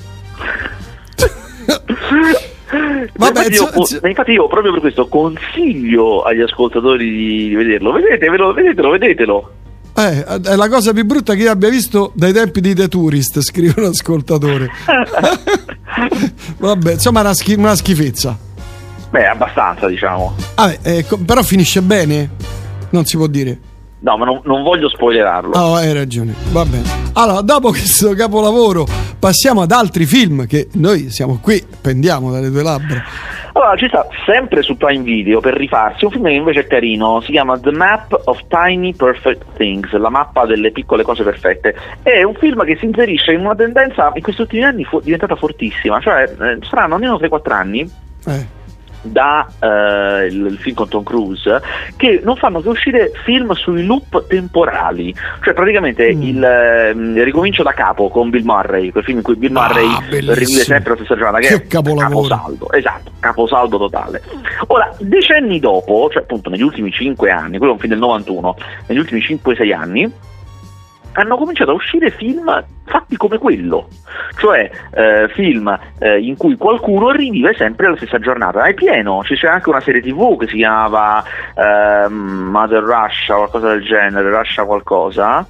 Vabbè, infatti, io, z- z- infatti io proprio per questo consiglio agli ascoltatori di, di vederlo. Vedetelo, vedetelo, vedetelo. Eh, è la cosa più brutta che io abbia visto dai tempi di The Tourist, scrive un ascoltatore. Vabbè, insomma, una, schi- una schifezza. Beh, abbastanza, diciamo. Vabbè, eh, co- però finisce bene? Non si può dire. No, ma non, non voglio spoilerarlo. No, hai ragione, va bene. Allora, dopo questo capolavoro passiamo ad altri film che noi siamo qui, pendiamo dalle tue labbra. Allora, ci sta sempre su Prime Video per rifarsi un film che invece è carino, si chiama The Map of Tiny Perfect Things, la mappa delle piccole cose perfette. È un film che si inserisce in una tendenza in questi ultimi anni fu- diventata fortissima, cioè eh, saranno almeno tre quattro anni eh. da eh, il, il film con Tom Cruise, che non fanno che uscire film sui loop temporali, cioè praticamente mm. il eh, ricomincio da capo con Bill Murray, quel film in cui Bill Murray ah, rivive sempre la stessa giornata, che, che è caposaldo, esatto, caposaldo totale. Ora, decenni dopo, cioè appunto negli ultimi cinque anni, quello è un film del novantuno, negli ultimi cinque sei anni hanno cominciato a uscire film fatti come quello, cioè eh, film eh, in cui qualcuno rivive sempre la stessa giornata. È pieno, ci c'è anche una serie tv che si chiamava eh, Mother Russia, qualcosa del genere, Russia qualcosa,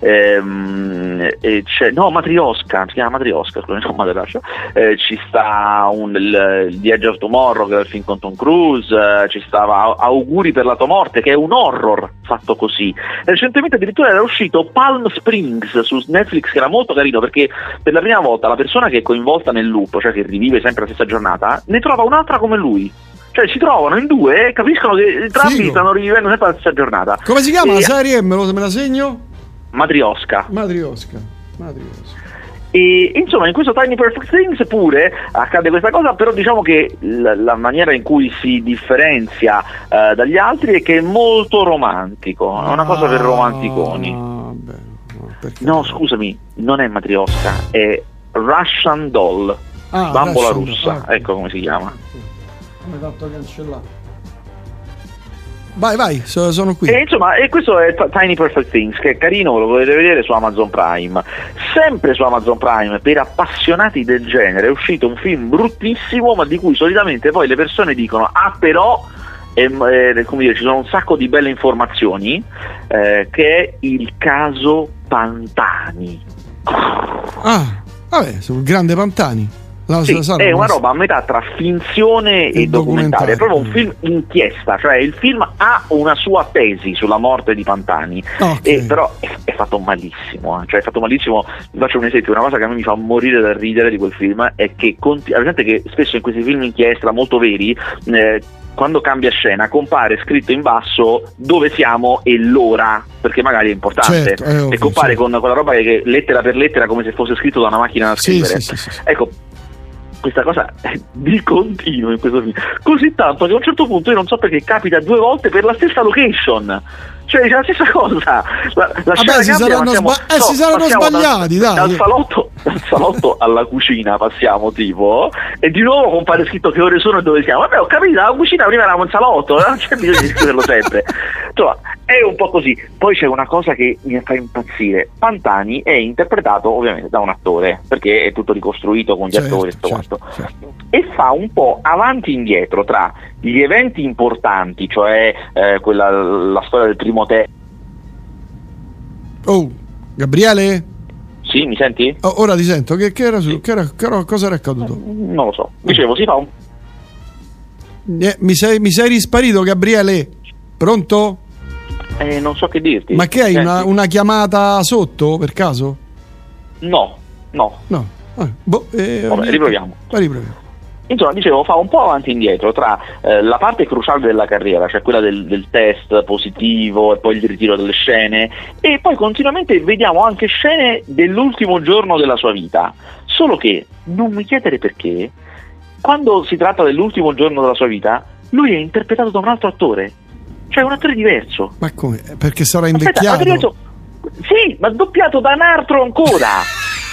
ehm, e c'è, no, Matryoshka, si chiama Matryoshka, no, Mother Russia, eh, ci sta un, il, il The Edge of Tomorrow, che è il film con Tom Cruise, eh, ci stava Auguri per la tua morte, che è un horror fatto così. Recentemente addirittura era uscito Palm Springs su Netflix, che era molto carino, perché per la prima volta la persona che è coinvolta nel loop, cioè che rivive sempre la stessa giornata, ne trova un'altra come lui. Cioè si trovano in due e capiscono che entrambi Figo. stanno rivivendo sempre la stessa giornata. Come si chiama e... la serie? Me, lo, me la segno? Matryoshka. Matryoshka. Matryoshka. E insomma in questo Tiny Perfect Things pure accade questa cosa, però diciamo che la, la maniera in cui si differenzia uh, dagli altri è che è molto romantico, è una cosa per romanticoni. Ah, beh, no, no scusami, non è Matryoshka, è Russian Doll, ah, bambola Russian russa, Doll. Ah, ecco come si chiama. Come tanto cancellato. Vai, vai, sono qui. E insomma, e questo è Tiny Perfect Things, che è carino, lo potete vedere su Amazon Prime. Sempre su Amazon Prime, per appassionati del genere, è uscito un film bruttissimo, ma di cui solitamente poi le persone dicono: ah, però eh, eh, come dire, ci sono un sacco di belle informazioni, eh, che è il caso Pantani. Ah, vabbè, sul grande Pantani. La, sì, sarà, è una roba a metà tra finzione e, e documentario, è proprio un film inchiesta, cioè il film ha una sua tesi sulla morte di Pantani, okay. e però è, è fatto malissimo, eh. cioè è fatto malissimo. Vi faccio un esempio, una cosa che a me mi fa morire da ridere di quel film è che conti- gente che spesso in questi film inchiesta molto veri, eh, quando cambia scena compare scritto in basso dove siamo e l'ora, perché magari è importante, certo, è ovvio, e compare certo. con quella roba che, che lettera per lettera come se fosse scritto da una macchina da scrivere. Sì, sì, sì, sì. Ecco, questa cosa è di continuo in questo film, così tanto che a un certo punto io non so perché capita due volte per la stessa location, cioè è la stessa cosa, la, la Vabbè, si cambia, saranno, siamo, sba- eh, no, si saranno sbagliati dal, dai. dal salotto, dal salotto alla cucina passiamo tipo, e di nuovo compare scritto che ore sono e dove siamo. Vabbè, ho capito, la cucina prima eravamo in salotto, non c'è bisogno di scriverlo sempre. Insomma, è un po' così. Poi c'è una cosa che mi fa impazzire: Pantani è interpretato ovviamente da un attore, perché è tutto ricostruito con gli certo, attori e tutto certo, quanto, certo. e fa un po' avanti e indietro tra gli eventi importanti, cioè eh, quella, la storia del primo te. Oh, Gabriele? Sì, mi senti? Oh, ora ti sento. Che, che, era, su, che, era, che era, cosa era accaduto? Non lo so. Dicevo, si fa un... Eh, mi, sei, mi sei risparito, Gabriele? Pronto? Eh, non so che dirti. Ma che hai, una, una chiamata sotto, per caso? No, no. No. Ah, boh, eh, Vabbè, riproviamo. Vai, riproviamo. Insomma, dicevo, fa un po' avanti e indietro tra eh, la parte cruciale della carriera, cioè quella del, del test positivo e poi il ritiro delle scene, e poi continuamente vediamo anche scene dell'ultimo giorno della sua vita. Solo che, non mi chiedere perché, quando si tratta dell'ultimo giorno della sua vita, lui è interpretato da un altro attore, cioè un attore diverso. Ma come? Perché sarà invecchiato? Aspetta, detto, sì, ma doppiato da un altro ancora.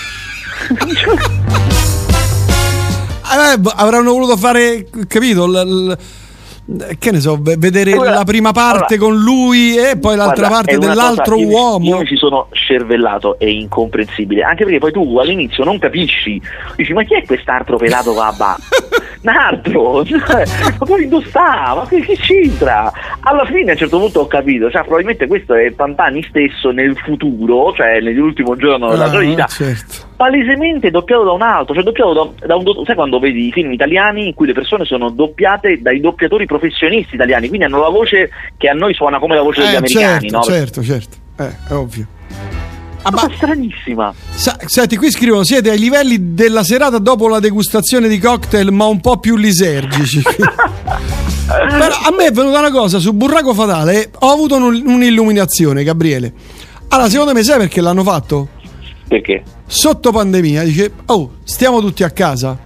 Eh, avranno voluto fare, capito, l- l- che ne so, vedere allora, la prima parte allora, con lui e poi l'altra guarda, parte dell'altro cosa, uomo. Io, io mi ci sono scervellato, è incomprensibile, anche perché poi tu all'inizio non capisci, dici ma chi è quest'altro pelato babà? un altro, cioè, ma poi dove sta? Ma che, che c'entra? Alla fine a un certo punto ho capito, cioè probabilmente questo è Pantani stesso nel futuro, cioè nell'ultimo giorno della sua vita, certo. palesemente doppiato da un altro, cioè doppiato da, da un do- sai quando vedi i film italiani in cui le persone sono doppiate dai doppiatori professionisti italiani, quindi hanno la voce che a noi suona come la voce degli eh, americani, certo, no? certo, certo, eh, è ovvio. Ah, ma stranissima. Sa- senti, qui scrivono: siete ai livelli della serata dopo la degustazione di cocktail, ma un po' più lisergici. Però a me è venuta una cosa su Burraco Fatale, ho avuto un, un'illuminazione, Gabriele. Allora, secondo me sai perché l'hanno fatto? Perché? Sotto pandemia dice: oh, stiamo tutti a casa,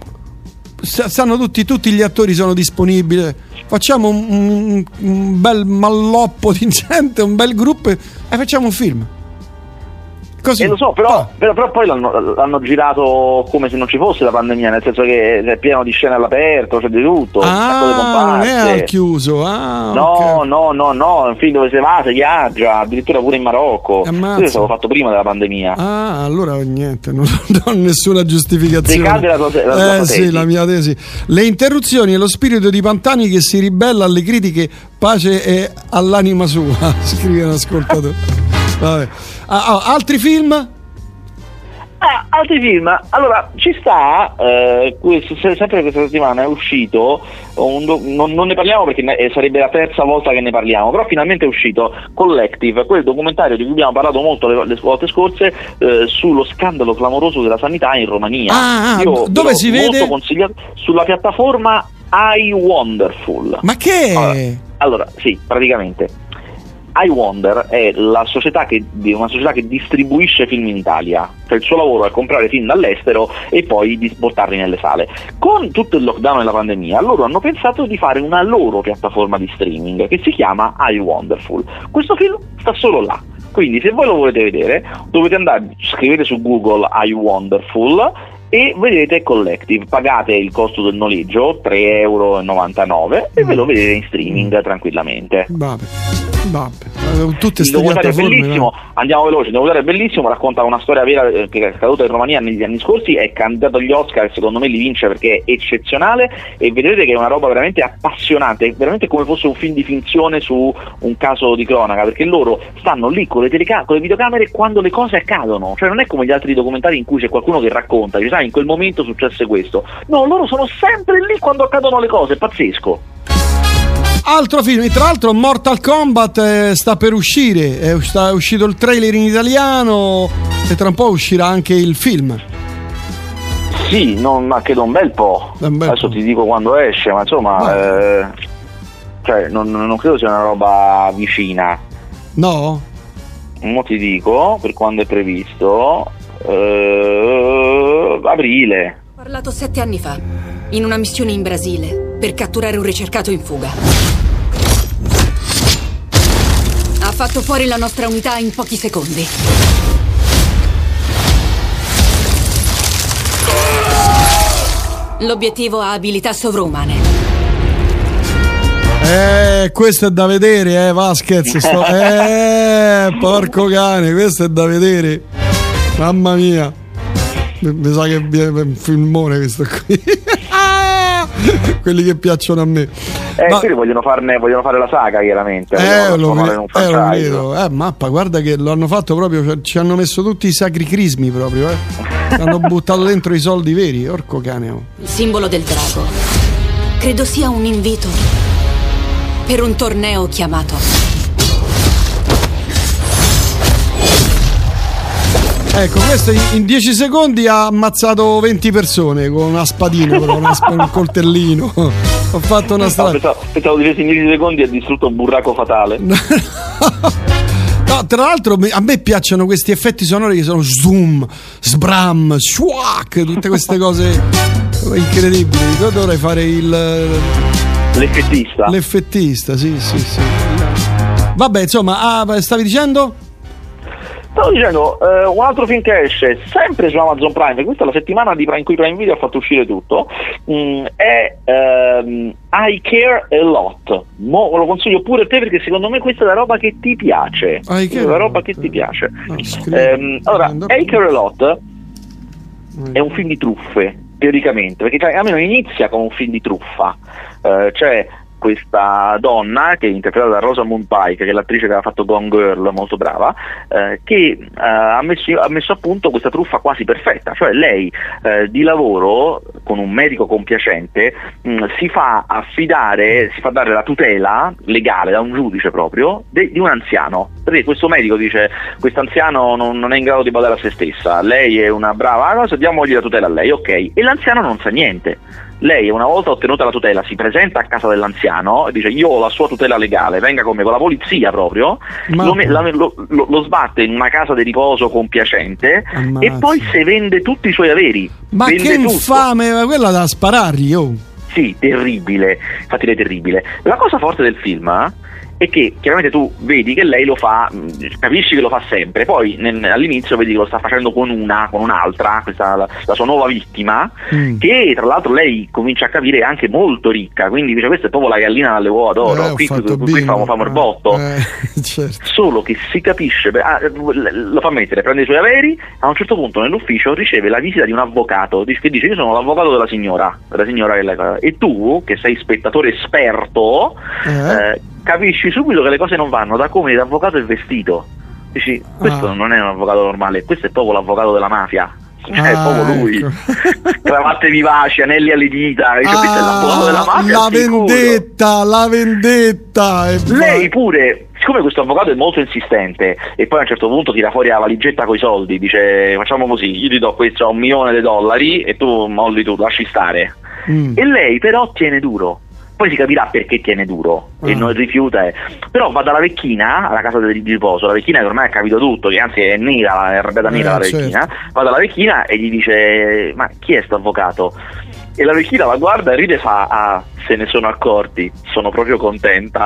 S- stanno tutti, tutti gli attori sono disponibili, facciamo un, un, un bel malloppo di gente, un bel gruppo e facciamo un film. Così. Eh, lo so, però, però, però poi l'hanno, l'hanno girato come se non ci fosse la pandemia, nel senso che è pieno di scene all'aperto, c'è di tutto. Ah, non è al chiuso. Ah, no, okay. no, no, no, è un film dove si va, si viaggia, addirittura pure in Marocco. Questo è stato fatto prima della pandemia. Ah, allora niente, non, non ho nessuna giustificazione. Decade la tua, la tua eh sì, tesi. La mia tesi. Le interruzioni e lo spirito di Pantani che si ribella alle critiche, pace e all'anima sua, scrive un ascoltatore. Vabbè. Ah, oh, altri film? Ah, altri film. Allora, ci sta, eh, questo, sempre questa settimana è uscito, un do, non, non ne parliamo perché ne, sarebbe la terza volta che ne parliamo, però finalmente è uscito Collective, quel documentario di cui abbiamo parlato molto le, le volte scorse, eh, sullo scandalo clamoroso della sanità in Romania. Ah, Io dove si vede? Molto consigliato sulla piattaforma iWonderful. Ma che? Allora, allora sì, praticamente iWonder è la società che, una società che distribuisce film in Italia, cioè il suo lavoro è comprare film dall'estero e poi di portarli nelle sale. Con tutto il lockdown e la pandemia loro hanno pensato di fare una loro piattaforma di streaming che si chiama iWonderful. Questo film sta solo là, quindi se voi lo volete vedere dovete andare, scrivete su Google iWonderful e vedete Collective, pagate il costo del noleggio tre virgola novantanove euro e ve lo vedete in streaming tranquillamente. Vabbè, vabbè. Tutte il documentario è bellissimo, vai. Andiamo veloce, il documentario è bellissimo, racconta una storia vera che è accaduta in Romania negli anni scorsi, è candidato agli Oscar e secondo me li vince perché è eccezionale e vedrete che è una roba veramente appassionante, veramente come fosse un film di finzione su un caso di cronaca, perché loro stanno lì con le, teleca- con le videocamere quando le cose accadono, cioè non è come gli altri documentari in cui c'è qualcuno che racconta, dice, sai, in quel momento successe questo, no, loro sono sempre lì quando accadono le cose, è pazzesco. Altro film, tra l'altro Mortal Kombat eh, sta per uscire, è, sta, è uscito il trailer in italiano e tra un po' uscirà anche il film. Sì, non, ma credo un bel po', un bel adesso po'. Ti dico quando esce, ma insomma, eh, cioè non, non credo sia una roba vicina. No? Mo ti dico, per quando è previsto, eh, aprile. Ho parlato sette anni fa, in una missione in Brasile, per catturare un ricercato in fuga. Ha fatto fuori la nostra unità in pochi secondi. L'obiettivo ha abilità sovrumane. Eh, questo è da vedere, eh, Vasquez. Sto... Eh, porco cane, questo è da vedere. Mamma mia. Mi sa che è un filmone questo qui. Quelli che piacciono a me. Eh, ma... quelli vogliono farne, vogliono fare la saga, chiaramente. Eh, lo, ve- eh, lo vedo. Eh, mappa, guarda che lo hanno fatto proprio, cioè, ci hanno messo tutti i sacri crismi proprio, eh. Hanno buttato dentro i soldi veri, orco cane. Oh. Il simbolo del drago. Credo sia un invito per un torneo chiamato. Ecco, questo in dieci secondi ha ammazzato venti persone con una spadina, con una sp- un coltellino. Ho fatto una strada. No, pensavo, pensavo di in dieci secondi ha distrutto un burraco fatale. No, tra l'altro a me piacciono questi effetti sonori che sono zoom, sbram, shuak, tutte queste cose incredibili. Io dovrei fare il l'effettista. L'effettista, sì, sì, sì. Vabbè, insomma, ah, stavi dicendo? Stavo dicendo, eh, un altro film che esce sempre su Amazon Prime, questa è la settimana di Prime, in cui Prime Video ha fatto uscire tutto, mh, è ehm, I Care a Lot. Mo lo consiglio pure a te perché secondo me questa è la roba che ti piace. I è la roba che ti piace. No, ehm, allora, I Care a Lot è un film di truffe. teoricamente, perché cioè, almeno inizia come un film di truffa, eh, cioè questa donna che è interpretata da Rosamund Pike, che è l'attrice che aveva fatto Gone Girl, molto brava, eh, che eh, ha, messo, ha messo a punto questa truffa quasi perfetta, cioè lei eh, di lavoro con un medico compiacente mh, si fa affidare, si fa dare la tutela legale da un giudice proprio de, di un anziano, perché questo medico dice questo anziano non, non è in grado di badare a se stessa, lei è una brava cosa, diamogli la tutela a lei, ok, e l'anziano non sa niente. Lei, una volta ottenuta la tutela, si presenta a casa dell'anziano e dice io ho la sua tutela legale, venga con me, con la polizia proprio, lo, la, lo, lo, lo sbatte in una casa di riposo compiacente. Ammazza. E poi se vende tutti i suoi averi. Ma vende che tutto. infame, ma quella da sparargli, oh. Sì, terribile, infatti lei è terribile. La cosa forte del film eh, è che chiaramente tu vedi che lei lo fa, capisci che lo fa sempre, poi nel, all'inizio vedi che lo sta facendo con una, con un'altra, questa la, la sua nuova vittima, mm. che tra l'altro lei comincia a capire è anche molto ricca, quindi dice questa è proprio la gallina dalle uova d'oro, eh, qui, qui, qui, qui famo, famo il botto, eh, certo. Solo che si capisce, ah, lo fa mettere, prende i suoi averi, a un certo punto nell'ufficio riceve la visita di un avvocato che dice io sono l'avvocato della signora, della signora che lei, e tu che sei spettatore esperto eh. Eh, capisci subito che le cose non vanno da come l'avvocato è vestito, dici questo ah. non è un avvocato normale, questo è proprio l'avvocato della mafia, cioè ah, è proprio lui, ecco. Cravatte vivaci, anelli alle dita, dice, ah, questo è l'avvocato della mafia, la vendetta, la vendetta, lei pure, siccome questo avvocato è molto insistente e poi a un certo punto tira fuori la valigetta coi soldi, dice facciamo così, io ti do questo un milione di dollari e tu molli tu, lasci stare, mm. e lei però tiene duro. Poi si capirà perché tiene duro e ah. non rifiuta, eh. Però va dalla vecchina alla casa di riposo, la vecchina che ormai ha capito tutto, che anzi è nera, è arrabbiata nera eh, la vecchina, certo. Va dalla vecchina e gli dice ma chi è sto avvocato? E la vecchina la guarda e ride e fa ah, se ne sono accorti, sono proprio contenta.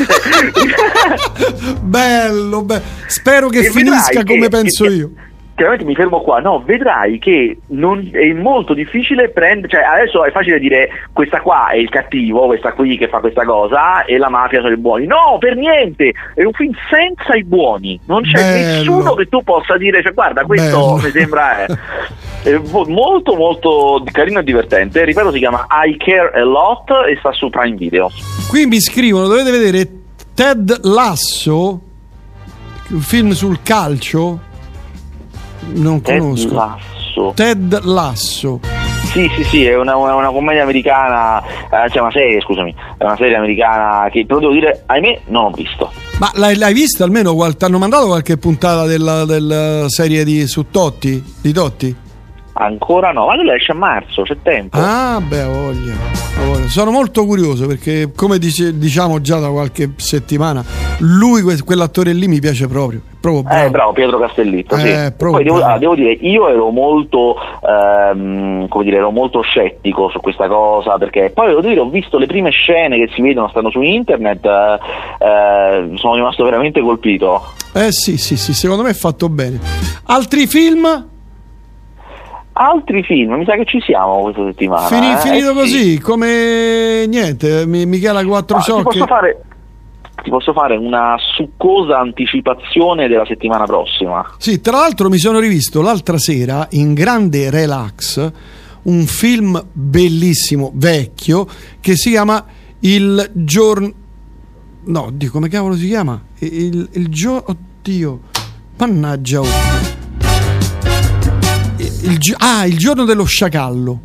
Bello, bello, spero che e finisca come che, penso che, io. Chiaramente mi fermo qua, no, vedrai che non è molto difficile prendere, cioè adesso è facile dire questa qua è il cattivo, questa qui che fa questa cosa e la mafia sono i buoni, no, per niente, è un film senza i buoni, non c'è Bello. nessuno che tu possa dire, cioè guarda questo Bello. mi sembra è, è molto molto carino e divertente, ripeto si chiama I Care a Lot e sta su Prime Video. Qui mi scrivono, dovete vedere Ted Lasso, un film sul calcio. Non conosco. Ted Lasso. Ted Lasso. Sì, sì, sì, è una, una, una commedia americana, eh, cioè una serie, scusami, è una serie americana che però devo dire, ahimè, non ho visto. Ma l'hai, l'hai vista almeno? Ti hanno mandato qualche puntata della, della serie di su Totti? Di Totti? Ancora no, ma lui esce a marzo, c'è tempo. Ah, beh, voglia. voglia. Sono molto curioso perché, come dice, diciamo già da qualche settimana, lui, quell'attore lì, mi piace proprio. proprio bravo. Eh, bravo, Pietro Castellitto. Eh, sì. Poi devo, ah, devo dire, io ero molto, ehm, come dire, ero molto scettico su questa cosa perché poi devo dire, ho visto le prime scene che si vedono, stanno su internet, eh, eh, sono rimasto veramente colpito. Eh sì, sì, sì, secondo me è fatto bene. Altri film? Altri film, mi sa che ci siamo questa settimana. Fini, eh? Finito eh, così, sì. come niente, Michela Quattro Ciocche. Ti posso fare, ti posso fare una succosa anticipazione della settimana prossima. Sì, tra l'altro mi sono rivisto l'altra sera in grande relax un film bellissimo, vecchio, che si chiama Il giorno... No, Dio, come cavolo si chiama? Il, il giorno... Oddio, mannaggia, oh. Il, ah, Il giorno dello sciacallo.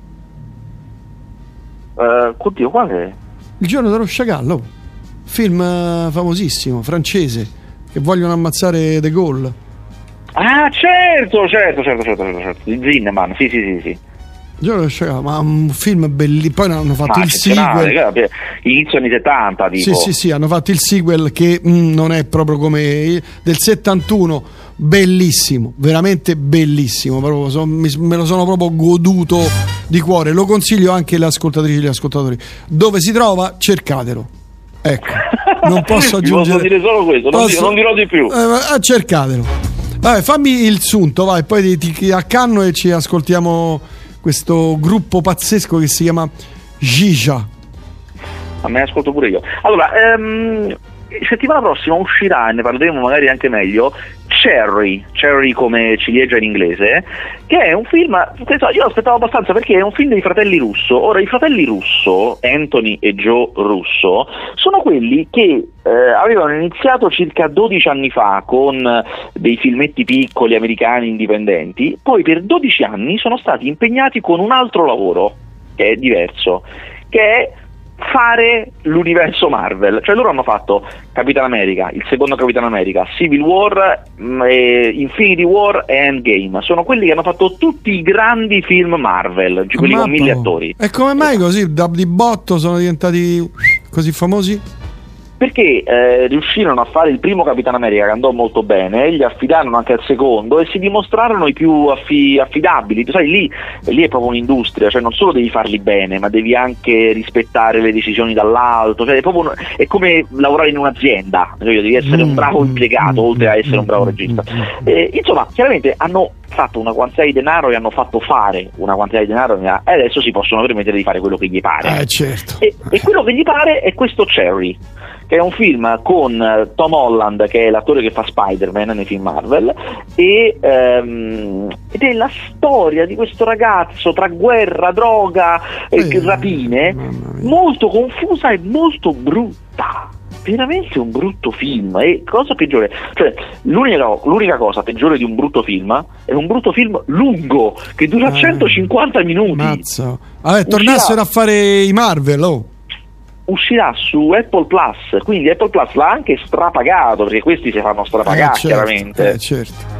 Uh, oddio, qual è? Il giorno dello sciacallo, film uh, famosissimo, francese, che vogliono ammazzare De Gaulle. Ah, certo, certo, certo, certo, certo, certo. Di Zinnemann, sì, sì, sì, sì. Il giorno dello sciacallo, ma un film bellissimo. Poi hanno fatto ma il sequel. Inizio anni settanta, tipo. Sì, sì, sì, hanno fatto il sequel che mh, non è proprio come del settantuno. Bellissimo, veramente bellissimo, proprio, so, mi, me lo sono proprio goduto di cuore, lo consiglio anche alle ascoltatrici e agli ascoltatori. Dove si trova? Cercatelo. Ecco, non posso aggiungere. Posso dire solo questo, non, posso... non dirò di più. Eh, cercatelo. Vabbè, fammi il sunto, vai, poi ti, ti accanno e ci ascoltiamo questo gruppo pazzesco che si chiama Gija. Ma me ne ascolto pure io. Allora, ehm, settimana prossima uscirà, e ne parleremo magari anche meglio, Cherry, Cherry come ciliegia in inglese, che è un film, io lo aspettavo abbastanza perché è un film dei fratelli Russo. Ora, i fratelli Russo, Anthony e Joe Russo, sono quelli che eh, avevano iniziato circa dodici anni fa con dei filmetti piccoli americani indipendenti, poi per dodici anni sono stati impegnati con un altro lavoro, che è diverso, che è fare l'universo Marvel. Cioè loro hanno fatto Capitan America, il secondo Capitan America, Civil War, mh, e Infinity War e Endgame. Sono quelli che hanno fatto tutti i grandi film Marvel, quelli con mille attori. E come mai così da di botto sono diventati così famosi? Perché eh, riuscirono a fare il primo Capitan America, che andò molto bene, gli affidarono anche al secondo e si dimostrarono i più affi- affidabili. Tu sai, lì, lì è proprio un'industria, cioè non solo devi farli bene, ma devi anche rispettare le decisioni dall'alto, cioè è, proprio, è come lavorare in un'azienda, cioè, devi essere un bravo impiegato oltre a essere un bravo regista. Eh, insomma, chiaramente hanno fatto una quantità di denaro e hanno fatto fare una quantità di denaro e adesso si possono permettere di fare quello che gli pare. Eh, certo. e, e quello che gli pare è questo Cherry, che è un film con Tom Holland, che è l'attore che fa Spider-Man nei film Marvel, e, ehm, ed è la storia di questo ragazzo tra guerra, droga e eh, rapine, molto confusa e molto brutta. Veramente un brutto film. E cosa peggiore, cioè l'unica, l'unica cosa peggiore di un brutto film è un brutto film lungo che dura eh, centocinquanta minuti. Mazzo. Vabbè, tornassero a fare i Marvel, oh. Uscirà su Apple Plus, quindi Apple Plus l'ha anche strapagato, perché questi si fanno strapagare, eh, certo, chiaramente. Eh, certo.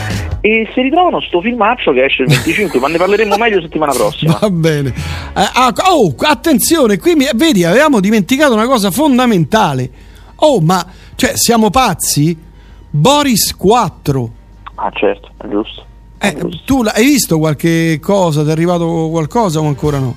E si ritrovano sto filmaccio che esce il venticinque, ma ne parleremo meglio settimana prossima. Va bene. Eh, ah, oh, attenzione, qui mi, vedi, avevamo dimenticato una cosa fondamentale. Oh, ma cioè siamo pazzi? Boris quattro. Ah, certo, è giusto. È eh, giusto. Tu hai visto qualche cosa? Ti è arrivato qualcosa o ancora no?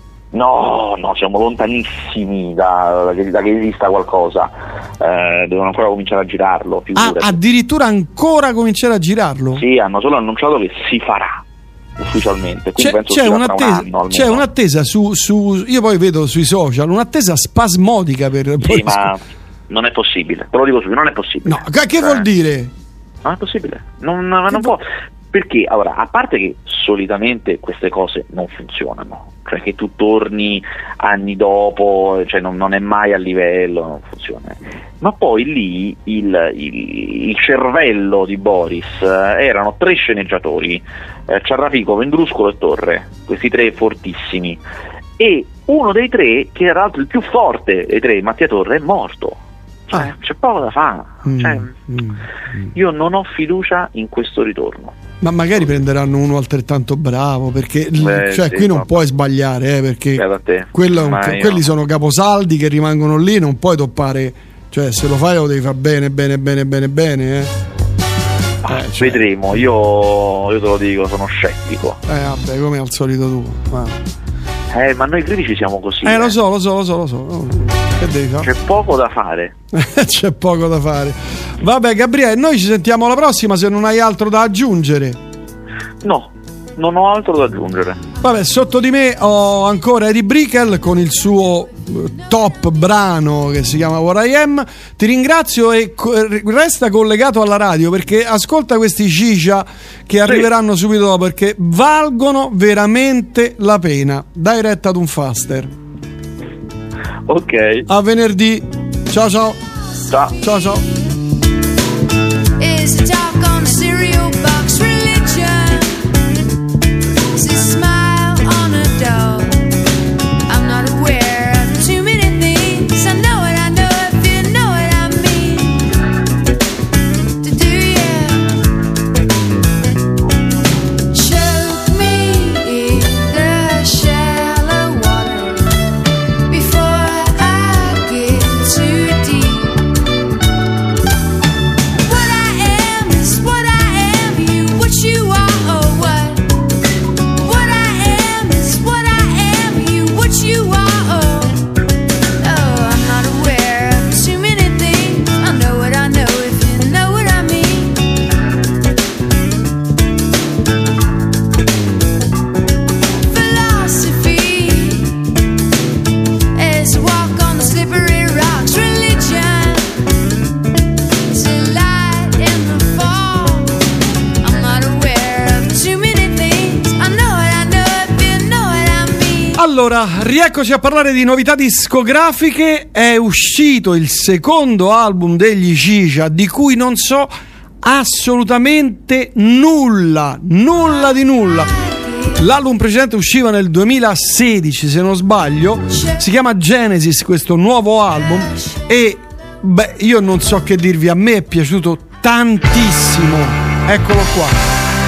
No, no, siamo lontanissimi da, da, da che esista qualcosa. Eh, devono ancora cominciare a girarlo. Ah, addirittura ancora cominciare a girarlo? Sì, hanno solo annunciato che si farà ufficialmente. C'è, penso c'è, un'attesa, un anno, c'è un'attesa su, su. Io poi vedo sui social un'attesa spasmodica per. Sì, ma non è possibile. Te lo dico subito, non è possibile. No, che vuol dire? Non è possibile. Non, non, non può. Perché, allora, a parte che solitamente queste cose non funzionano, cioè che tu torni anni dopo, cioè non, non è mai a livello, non funziona. Ma poi lì il, il, il cervello di Boris eh, erano tre sceneggiatori, eh, Ciarrafico, Vendruscolo e Torre, questi tre fortissimi, e uno dei tre, che era l'altro il più forte dei tre, Mattia Torre, è morto. Cioè, ah. C'è poco da fare. Mm, cioè, mm, io non ho fiducia in questo ritorno. Ma magari prenderanno uno altrettanto bravo, perché Beh, cioè, sì, qui non no. puoi sbagliare, eh, perché quello è un, io... quelli sono caposaldi che rimangono lì, non puoi toppare, cioè se lo fai lo devi fare bene, bene, bene, bene, bene. Eh. Ah, eh, cioè. Vedremo, io, io te lo dico, sono scettico. Eh vabbè, come al solito tu. Ma... Eh, ma noi critici siamo così. Eh, eh. lo so, lo so, lo so, lo so. Che devi fare? C'è poco da fare. C'è poco da fare. Vabbè, Gabriele, noi ci sentiamo alla prossima se non hai altro da aggiungere. No, non ho altro da aggiungere. Vabbè, sotto di me ho ancora Eddie Brickell con il suo top brano che si chiama What I Am. Ti ringrazio e co- resta collegato alla radio, perché ascolta questi cicia che sì. arriveranno subito dopo, perché valgono veramente la pena. Dai retta ad un faster. Ok. A venerdì. Ciao ciao. Ciao ciao ciao. Is the talk on the cereal box religion? Is the smile on a doll? I'm not aware of too many things. I know it, I know if you know what I mean. To do you choke me in the shallow water before I get too deep? Allora, rieccoci a parlare di novità discografiche. È uscito il secondo album degli Gigia, di cui non so assolutamente nulla, nulla di nulla. L'album precedente usciva nel duemilasedici, se non sbaglio. Si chiama Genesis, questo nuovo album. E beh, io non so che dirvi, a me è piaciuto tantissimo. Eccolo qua.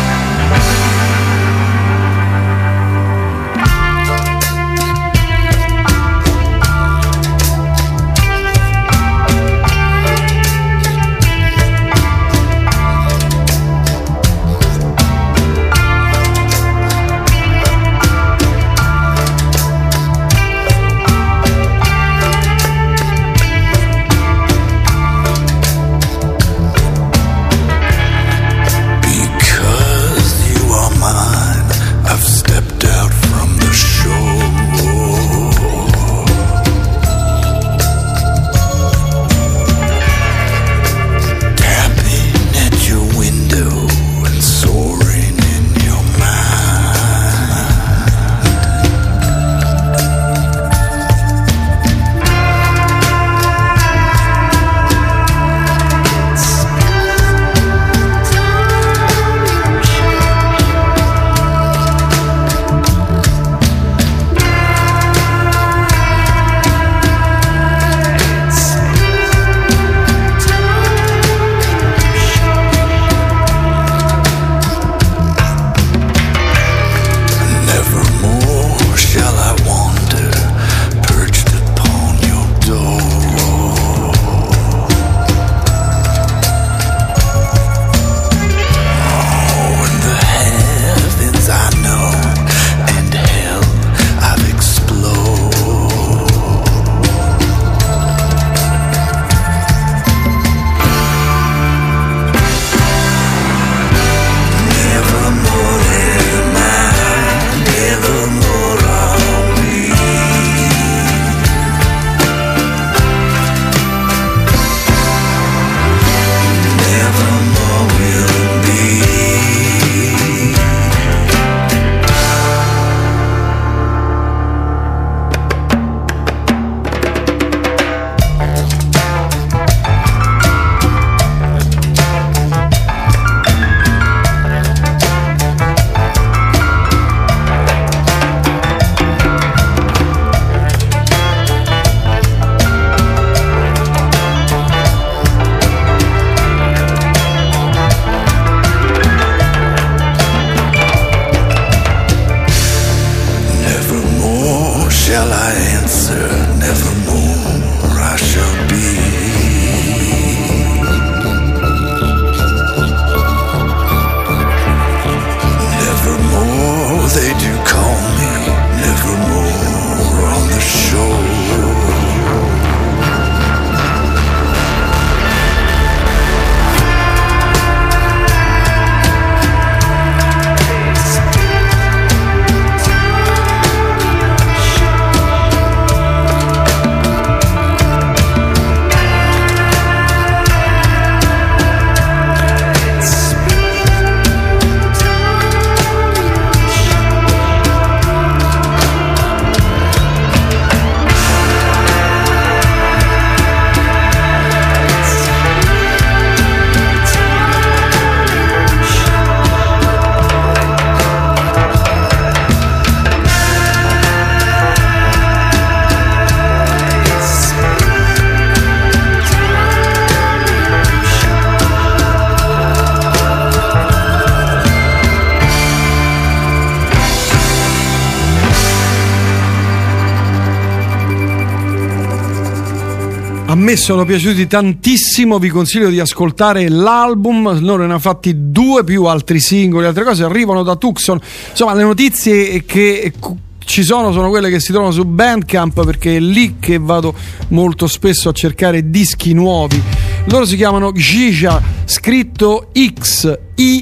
A me sono piaciuti tantissimo, vi consiglio di ascoltare l'album. Loro ne hanno fatti due, più altri singoli, altre cose arrivano da Tucson. Insomma, le notizie che ci sono sono quelle che si trovano su Bandcamp, perché è lì che vado molto spesso a cercare dischi nuovi. Loro si chiamano Gigia, scritto X I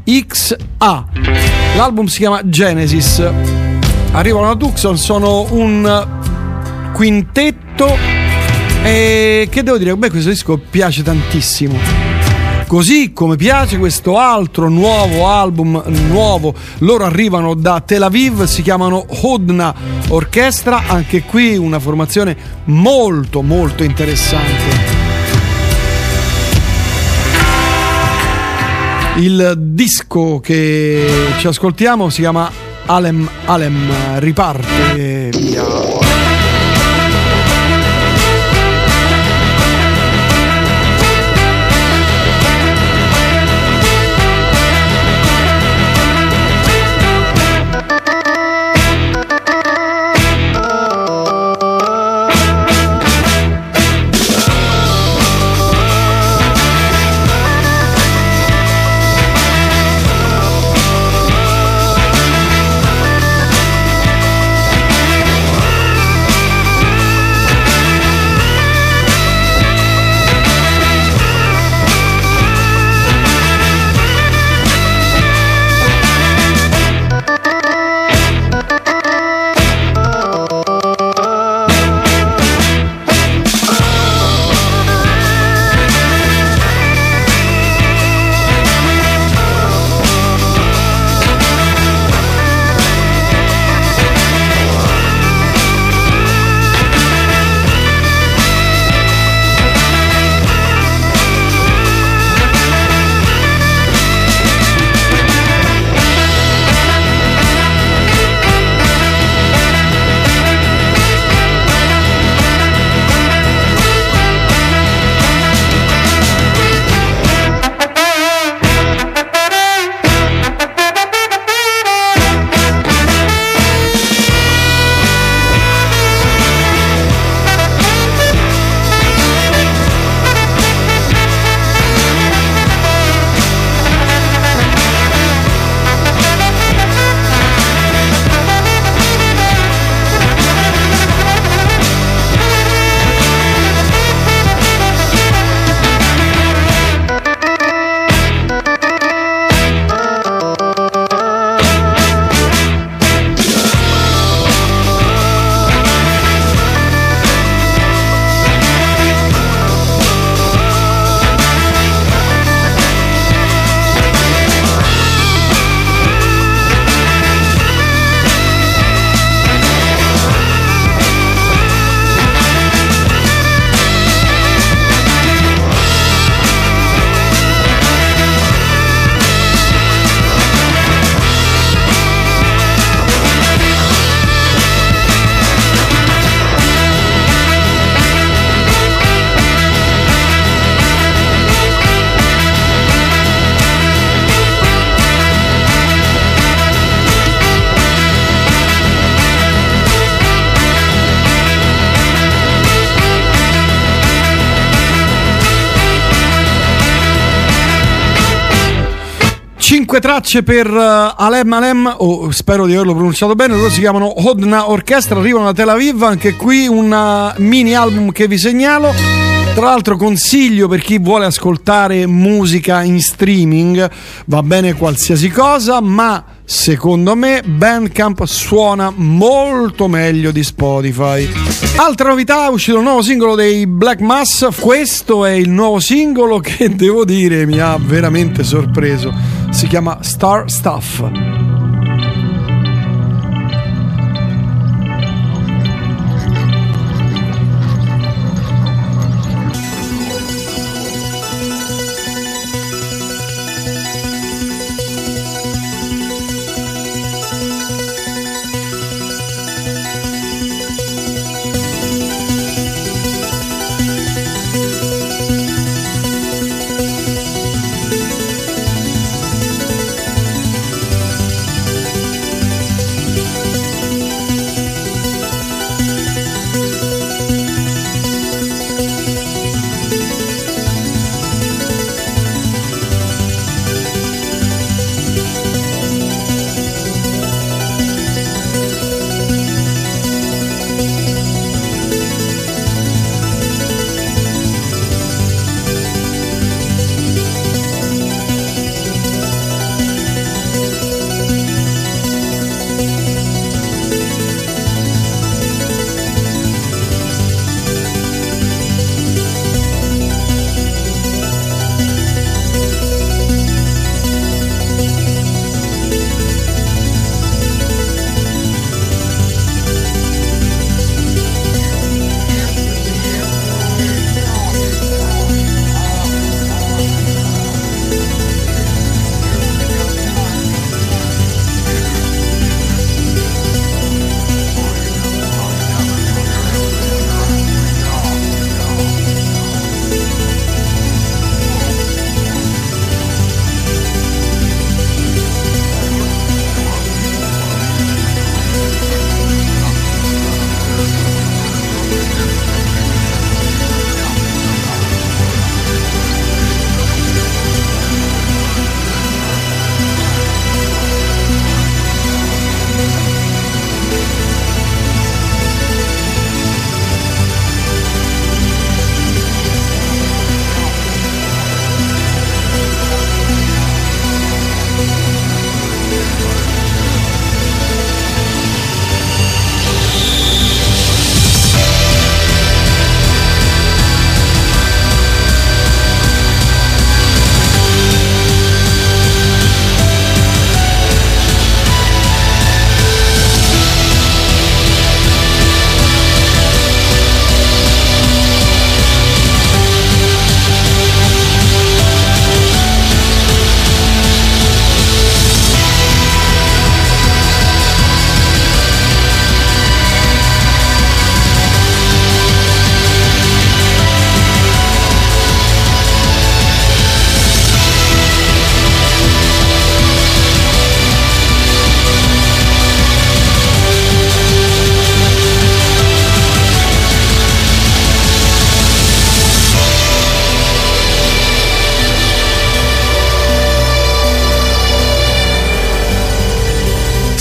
X A. L'album si chiama Genesis. Arrivano da Tucson, sono un quintetto. E che devo dire? Beh, questo disco piace tantissimo. Così come piace questo altro nuovo album, nuovo, loro arrivano da Tel Aviv, si chiamano Hodna Orchestra, anche qui una formazione molto molto interessante. Il disco che ci ascoltiamo si chiama Alem Alem, riparte via. Cinque tracce per uh, Alem Alem, o oh, spero di averlo pronunciato bene. Loro si chiamano Hodna Orchestra, arrivano da Tel Aviv. Anche qui un uh, mini album che vi segnalo. Tra l'altro consiglio per chi vuole ascoltare musica in streaming, va bene qualsiasi cosa, ma secondo me Bandcamp suona molto meglio di Spotify. Altra novità, è uscito un nuovo singolo dei Black Mass. Questo è il nuovo singolo che devo dire mi ha veramente sorpreso. Si chiama Star Stuff.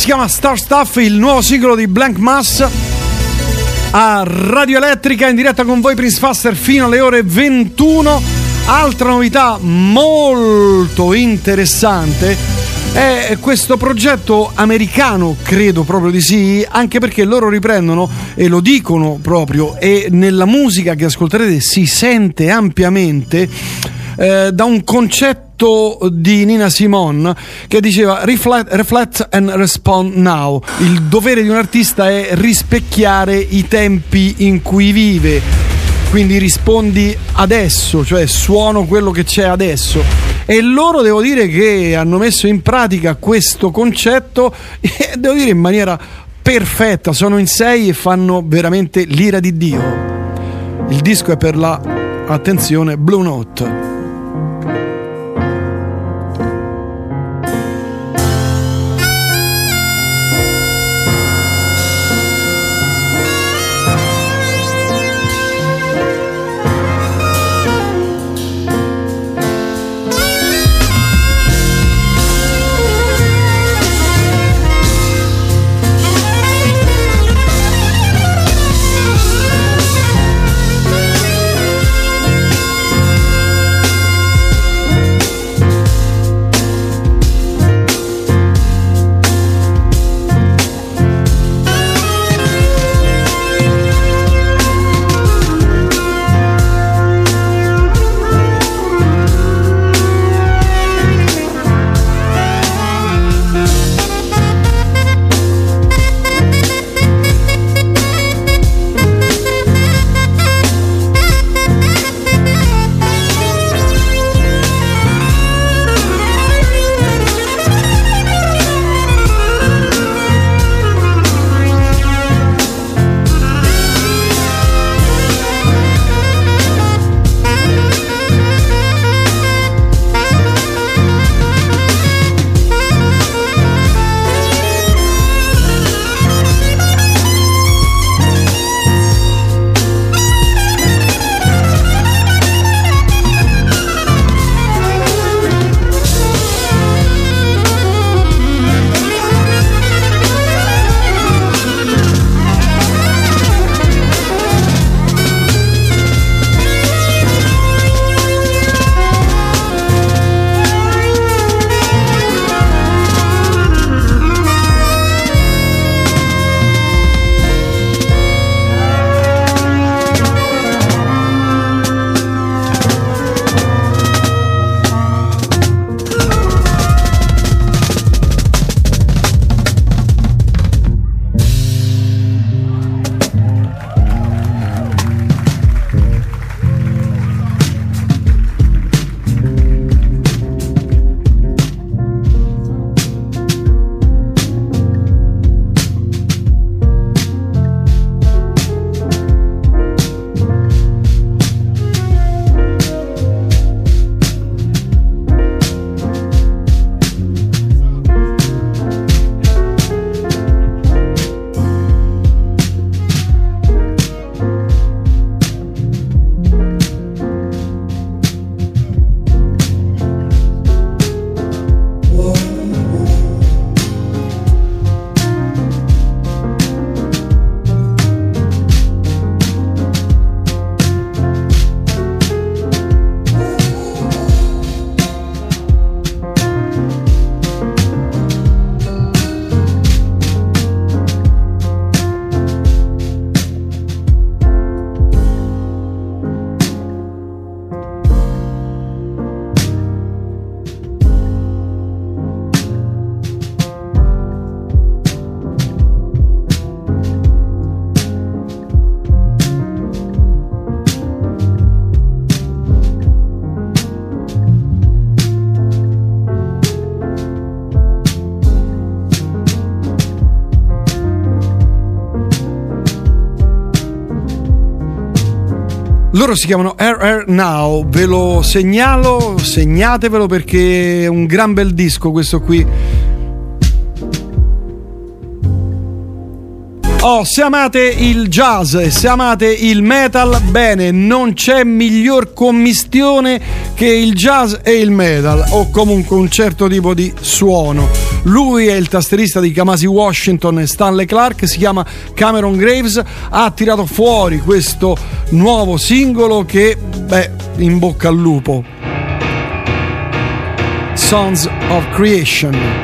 si chiama Star Stuff, il nuovo singolo di Blank Mass a Radio Elettrica, in diretta con voi Prince Faster fino alle ore ventuno. Altra novità molto interessante è questo progetto americano, credo proprio di sì, anche perché loro riprendono e lo dicono proprio, e nella musica che ascolterete si sente ampiamente eh, da un concetto di Nina Simone che diceva reflect, reflect and respond now. Il dovere di un artista è rispecchiare i tempi in cui vive, quindi rispondi adesso, cioè suono quello che c'è adesso. E loro devo dire che hanno messo in pratica questo concetto e devo dire in maniera perfetta, sono in sei e fanno veramente l'ira di Dio. Il disco è per la, attenzione, Blue Note. Loro si chiamano Air Air Now, ve lo segnalo, segnatevelo perché è un gran bel disco questo qui. Oh, se amate il jazz e se amate il metal, bene, non c'è miglior commistione che il jazz e il metal, o comunque un certo tipo di suono. Lui è il tastierista di Kamasi Washington e Stanley Clarke, si chiama Cameron Graves, ha tirato fuori questo nuovo singolo che, beh, in bocca al lupo. Sons of Creation.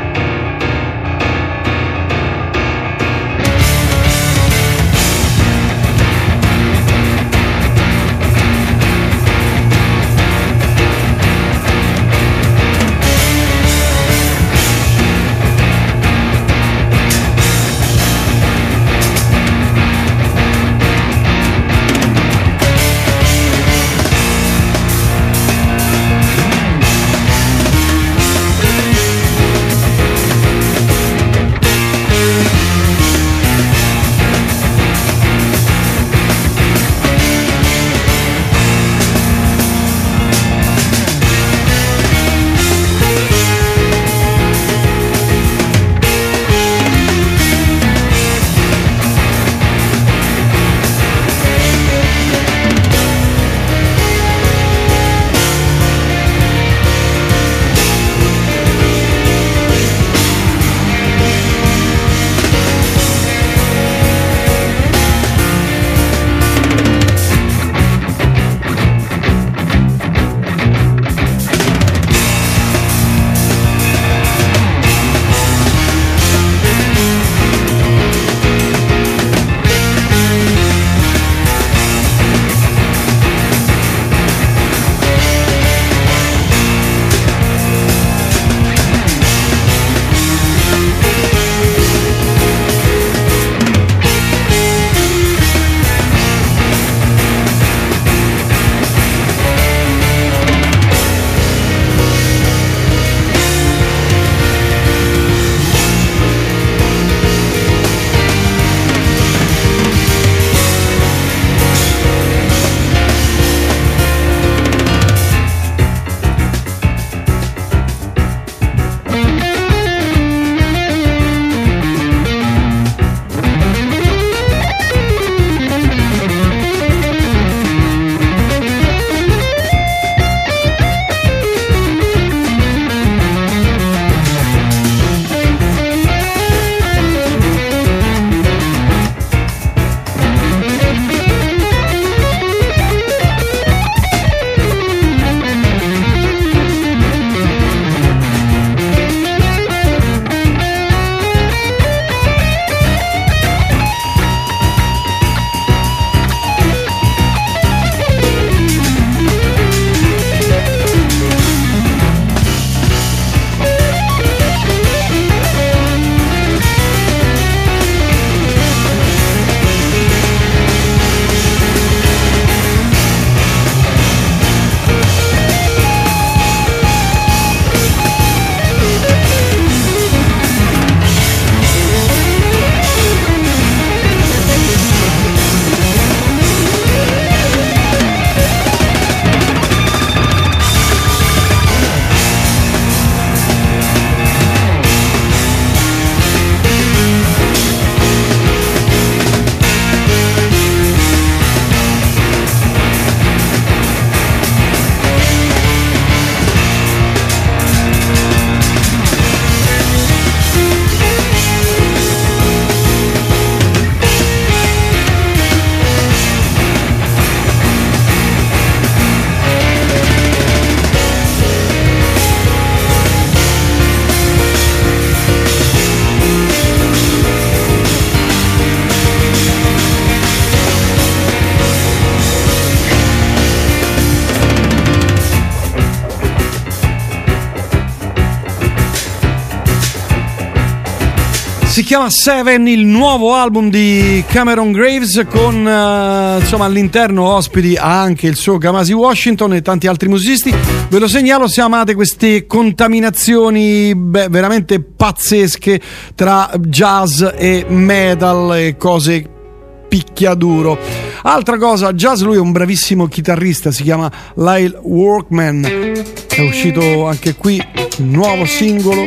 Si chiama Seven, il nuovo album di Cameron Graves, con uh, insomma all'interno ospiti anche il suo Kamasi Washington e tanti altri musicisti. Ve lo segnalo se amate queste contaminazioni beh, veramente pazzesche tra jazz e metal e cose picchiaduro. Altra cosa, jazz, lui è un bravissimo chitarrista, si chiama Lyle Workman, è uscito anche qui un nuovo singolo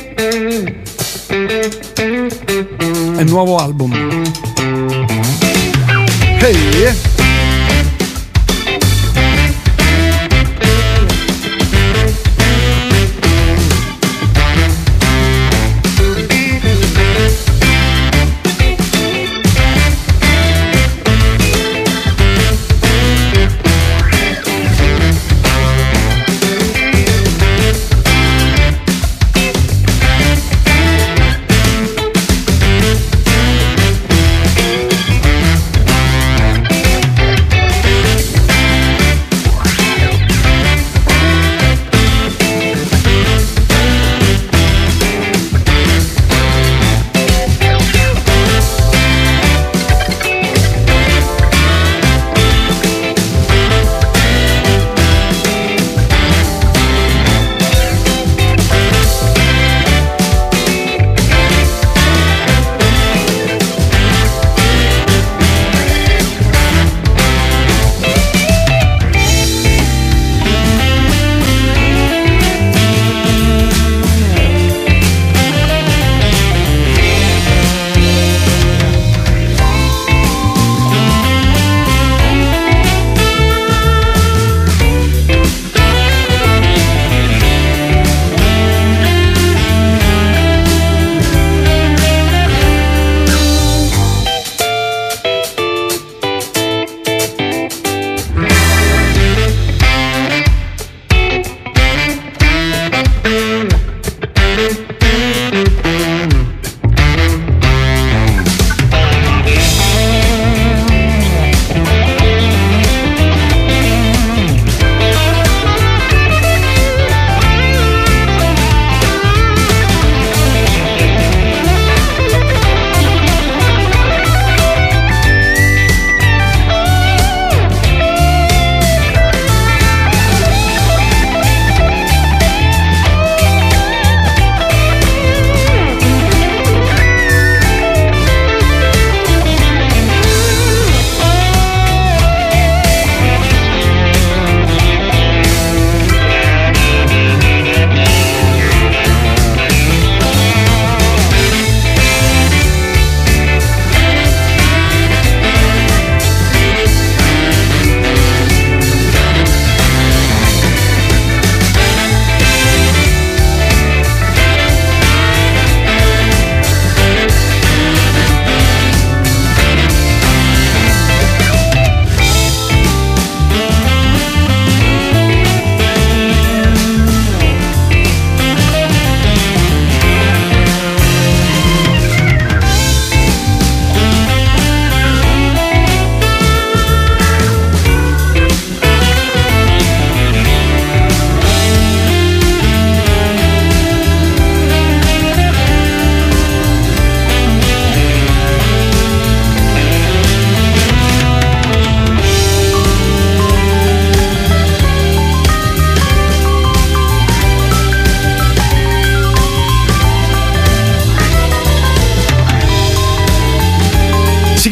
e nuovo album. Hey!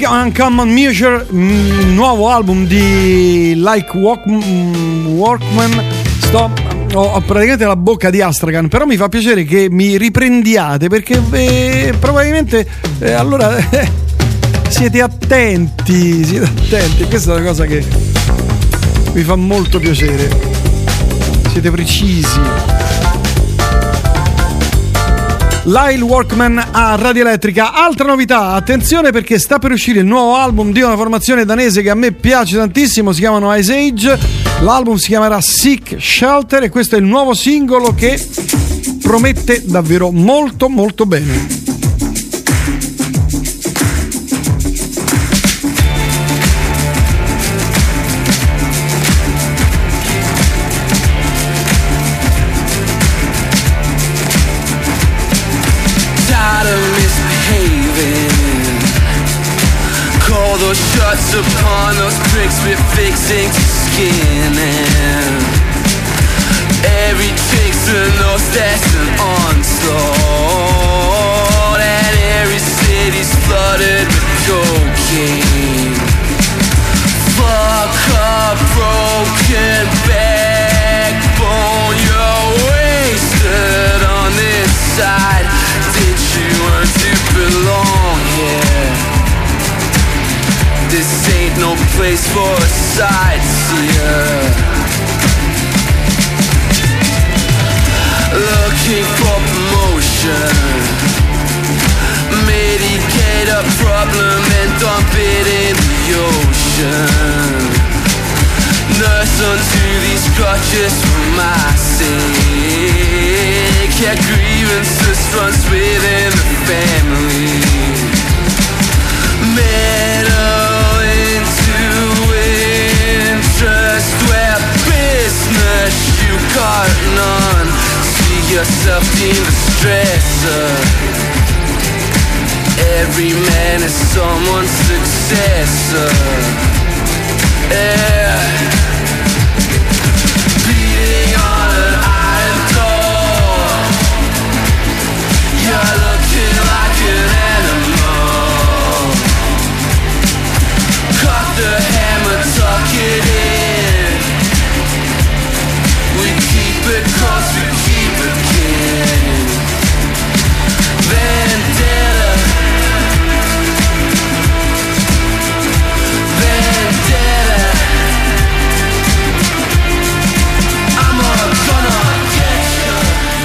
Uncommon Measure, mm, nuovo album di Like Walk, mm, Workman. Sto ho praticamente la bocca di Astrakan, però mi fa piacere che mi riprendiate perché eh, probabilmente eh, allora eh, siete attenti, siete attenti. Questa è una cosa che mi fa molto piacere. Siete precisi. Lyle Workman a Radio Elettrica. Altra novità, attenzione perché sta per uscire il nuovo album di una formazione danese che a me piace tantissimo, si chiamano Ice Age. L'album si chiamerà Seek Shelter e questo è il nuovo singolo che promette davvero molto molto bene. Those shots upon those pricks we're fixing to skin and every trick's a nose that's an onslaught and every city's flooded with cocaine. Fuck a broken backbone, you're wasted on this side. Did you want to belong here? This ain't no place for a sightseer. Looking for promotion, mitigate a problem and dump it in the ocean. Nurse unto these crutches for my sake. Yeah, grievances runs within the family. Metal into interest where business you got none. See yourself in the stressor. Every man is someone's successor. Yeah. Beating on an iron door. You're looking like an animal. Cut the hammer, tuck it in. We keep it close, we keep it kin. Vendetta. Vendetta. I'm all gonna get you.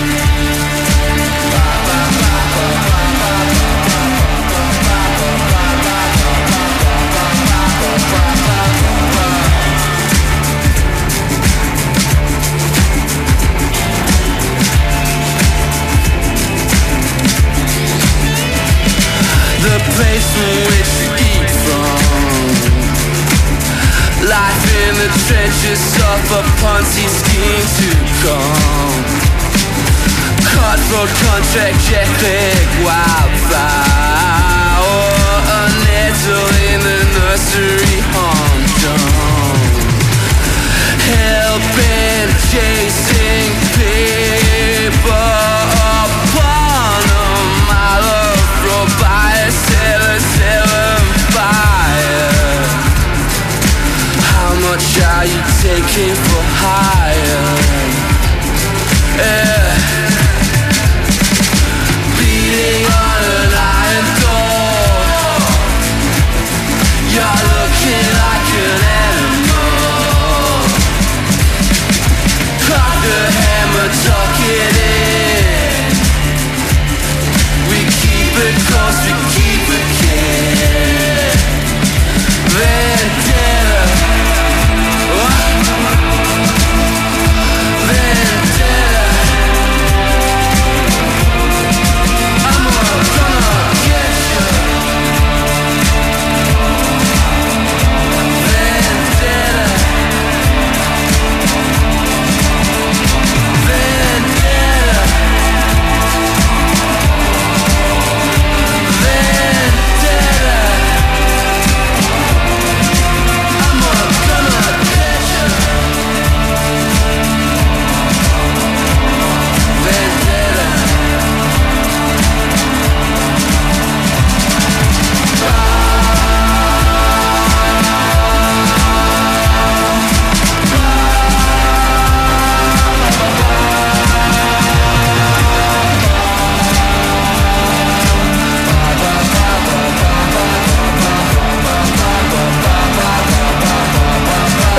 The place from which you eat from. Life in the trenches of a Ponzi scheme to come. Cutthroat contract, jet-lag, wildfire. Or a nettle in the nursery humdrum. Helping, chasing paper upon a mile of rope. Buyer, seller, seller, buyer. How much are you taking for hire? Yeah. Beating on an iron door. You're looking like an animal. Cock the hammer, tuck it in. We keep it close, we keep it kin. Vendetta. Oh.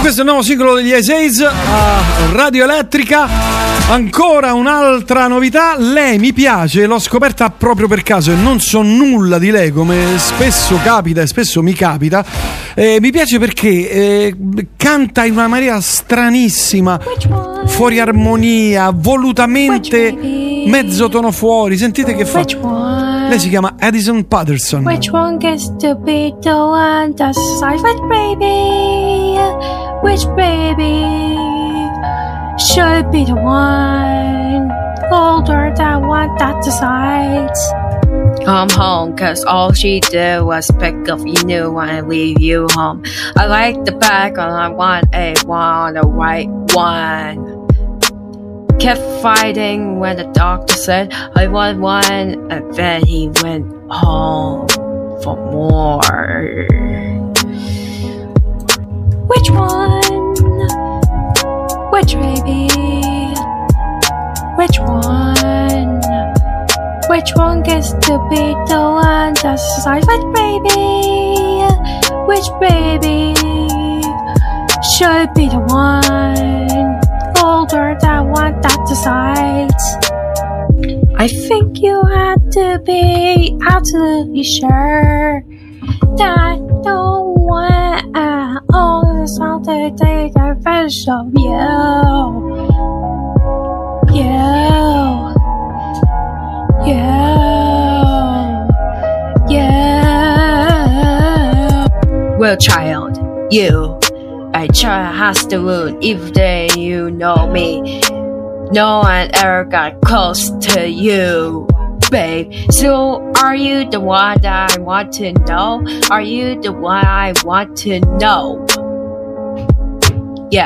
Questo è il nuovo singolo degli Ice Age a Radio Elettrica. Ancora un'altra novità. Lei mi piace, l'ho scoperta proprio per caso e non so nulla di lei, come spesso capita e spesso mi capita. Eh, mi piace perché eh, canta in una maniera stranissima, fuori armonia, volutamente mezzo tono fuori. Sentite che fa. Lei si chiama Addison Patterson. Which one gets to be the one that decides which baby, which baby should be the one older than one that decides? Come home, cause all she did was pick up you new one and leave you home. I like the back and I want a one, the right one. Kept fighting when the doctor said I want one, and then he went home for more. Which one? Which baby? Which one? Which one gets to be the one that decides which baby? Which baby should be the one older than one that decides? I think you had to be absolutely sure that no one owns how to take advantage of you. You. You. You. Well, child, you. I try has the wound, if they you know me. No one ever got close to you, babe. So are you the one that I want to know? Are you the one I want to know? Yeah.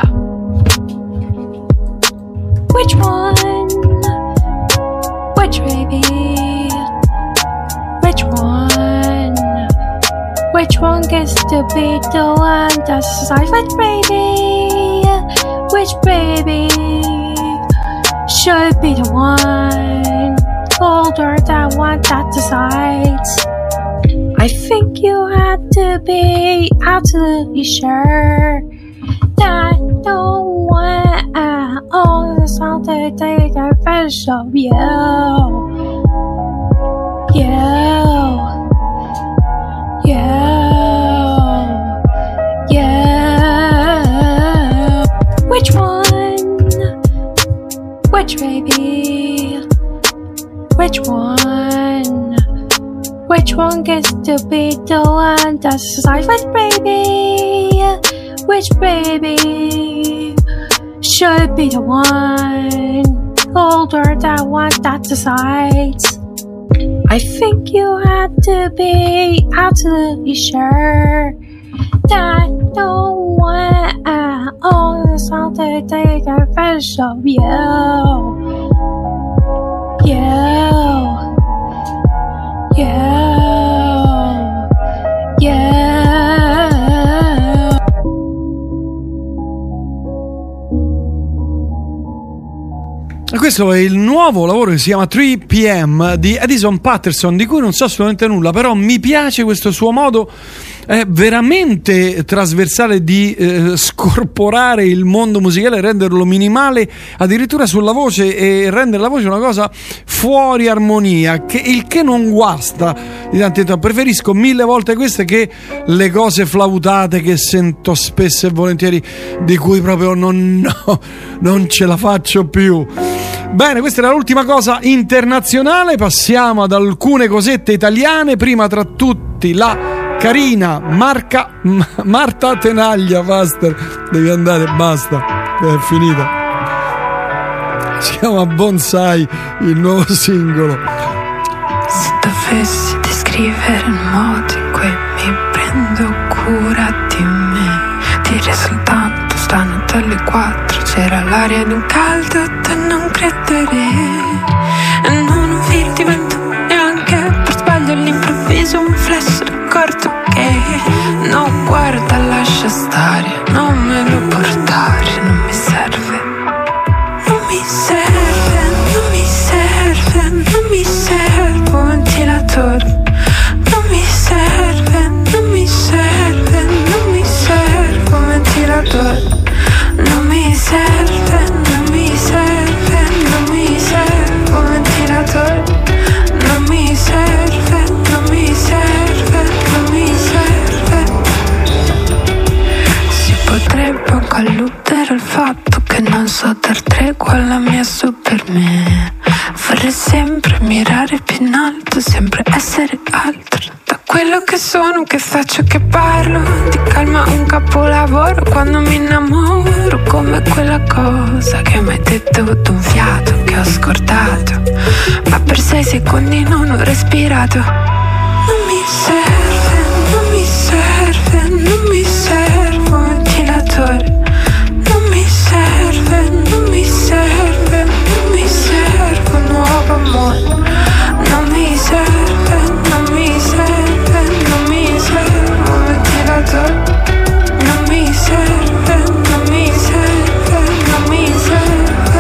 Which one? Which baby? Which one? Which one gets to be the one that decides which baby? Which baby should be the one older than one that decides? I think you had to be absolutely sure that no one owns how to take advantage of you. You. Yeah, yeah. Which one? Which baby? Which one? Which one gets to be the one that decides which baby? Which baby should be the one older than one that decides? I think you had to be absolutely sure that no one owns how to take advantage of you. You. You. You. Questo è il nuovo lavoro che si chiama tre p m di Addison Patterson, di cui non so assolutamente nulla, però mi piace questo suo modo eh, veramente trasversale di eh, scorporare il mondo musicale e renderlo minimale addirittura sulla voce, e rendere la voce una cosa fuori armonia, che, il che non guasta di tanto in tanto. Preferisco mille volte queste che le cose flautate che sento spesso e volentieri, di cui proprio non, no, non ce la faccio più. Bene, questa era l'ultima cosa internazionale. Passiamo ad alcune cosette italiane. Prima tra tutti la carina Marca, M- Marta Tenaglia. Faster, devi andare, basta, è finita. Si chiama Bonsai, il nuovo singolo. Se dovessi descrivere il modo in cui mi prendo cura di me, direi soltanto stanotte alle quattro c'era l'aria in un caldo da non credere, e non un filo di vento neanche per sbaglio all'improvviso un flash, ricordo che no, guarda, lascia stare, non me lo portare, non mi serve, non mi serve, non mi serve, non mi serve un ventilatore, non mi serve, non mi serve, non mi serve un ventilatore. ventilatore. Non mi serve, non mi serve, non mi serve un ventilatore. Non mi serve, non mi serve, non mi serve. Si potrebbe anche alludere al fatto che non so dar tregua alla mia Superman. Vorrei sempre mirare più in alto, sempre essere altro. Da quello che sono, che faccio, che parlo, di calma un capolavoro quando mi innamoro. Come quella cosa che mi hai detto d'un fiato che ho scordato, ma per sei secondi non ho respirato. Non mi serve, non mi serve, non mi serve un ventilatore. Non mi serve, non mi serve, non mi serve un nuovo amore. Non mi serve, non mi serve, non mi serve un ventilatore. Non mi serve, non mi serve, non mi serve.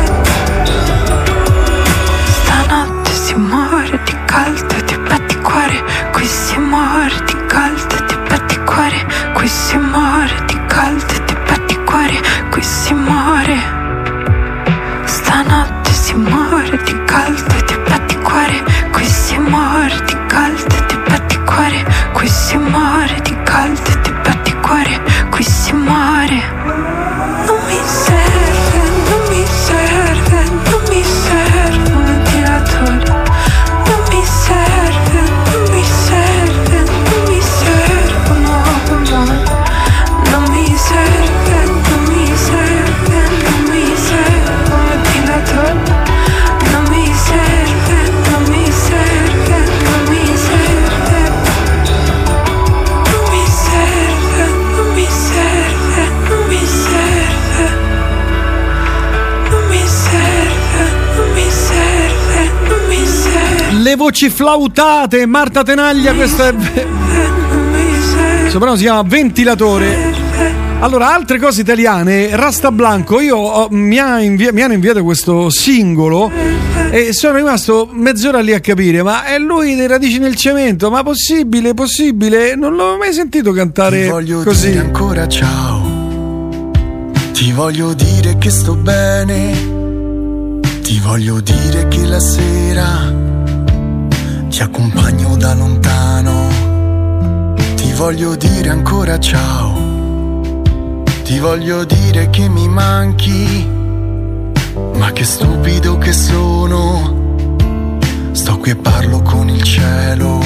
Stanotte si muore di caldo, di batticuore. Qui si muore di caldo, di batticuore. Qui si muore di caldo, di batticuore. Qui si muore. Stanotte si muore di caldo, di batticuore. Qui si muore di caldo, di batticuore. Qui si muore di caldo, di batticuore. Qui si muore. Non mi serve, non mi serve, non mi serve un ventilatore. Non mi serve, non mi serve, non mi serve un nuovo amore. Non mi serve, non mi serve, non mi serve un ventilatore. Non mi serve, non mi serve, non mi serve. Non mi serve, non mi serve, non mi serve. Non mi serve, non mi serve, non mi serve. Le voci flautate, Marta Tenaglia, questo è soprano si chiama Ventilatore. Allora, altre cose italiane, Rasta Blanco, io ho, mi, ha invia, mi hanno inviato questo singolo e sono rimasto mezz'ora lì a capire, ma è lui dei Radici nel Cemento, ma possibile, possibile? Non l'ho mai sentito cantare Ti voglio così. dire ancora ciao, ti voglio dire che sto bene, ti voglio dire che la sera ti accompagno da lontano, ti voglio dire ancora ciao, ti voglio dire che mi manchi, ma che stupido che sono, sto qui e parlo con il cielo.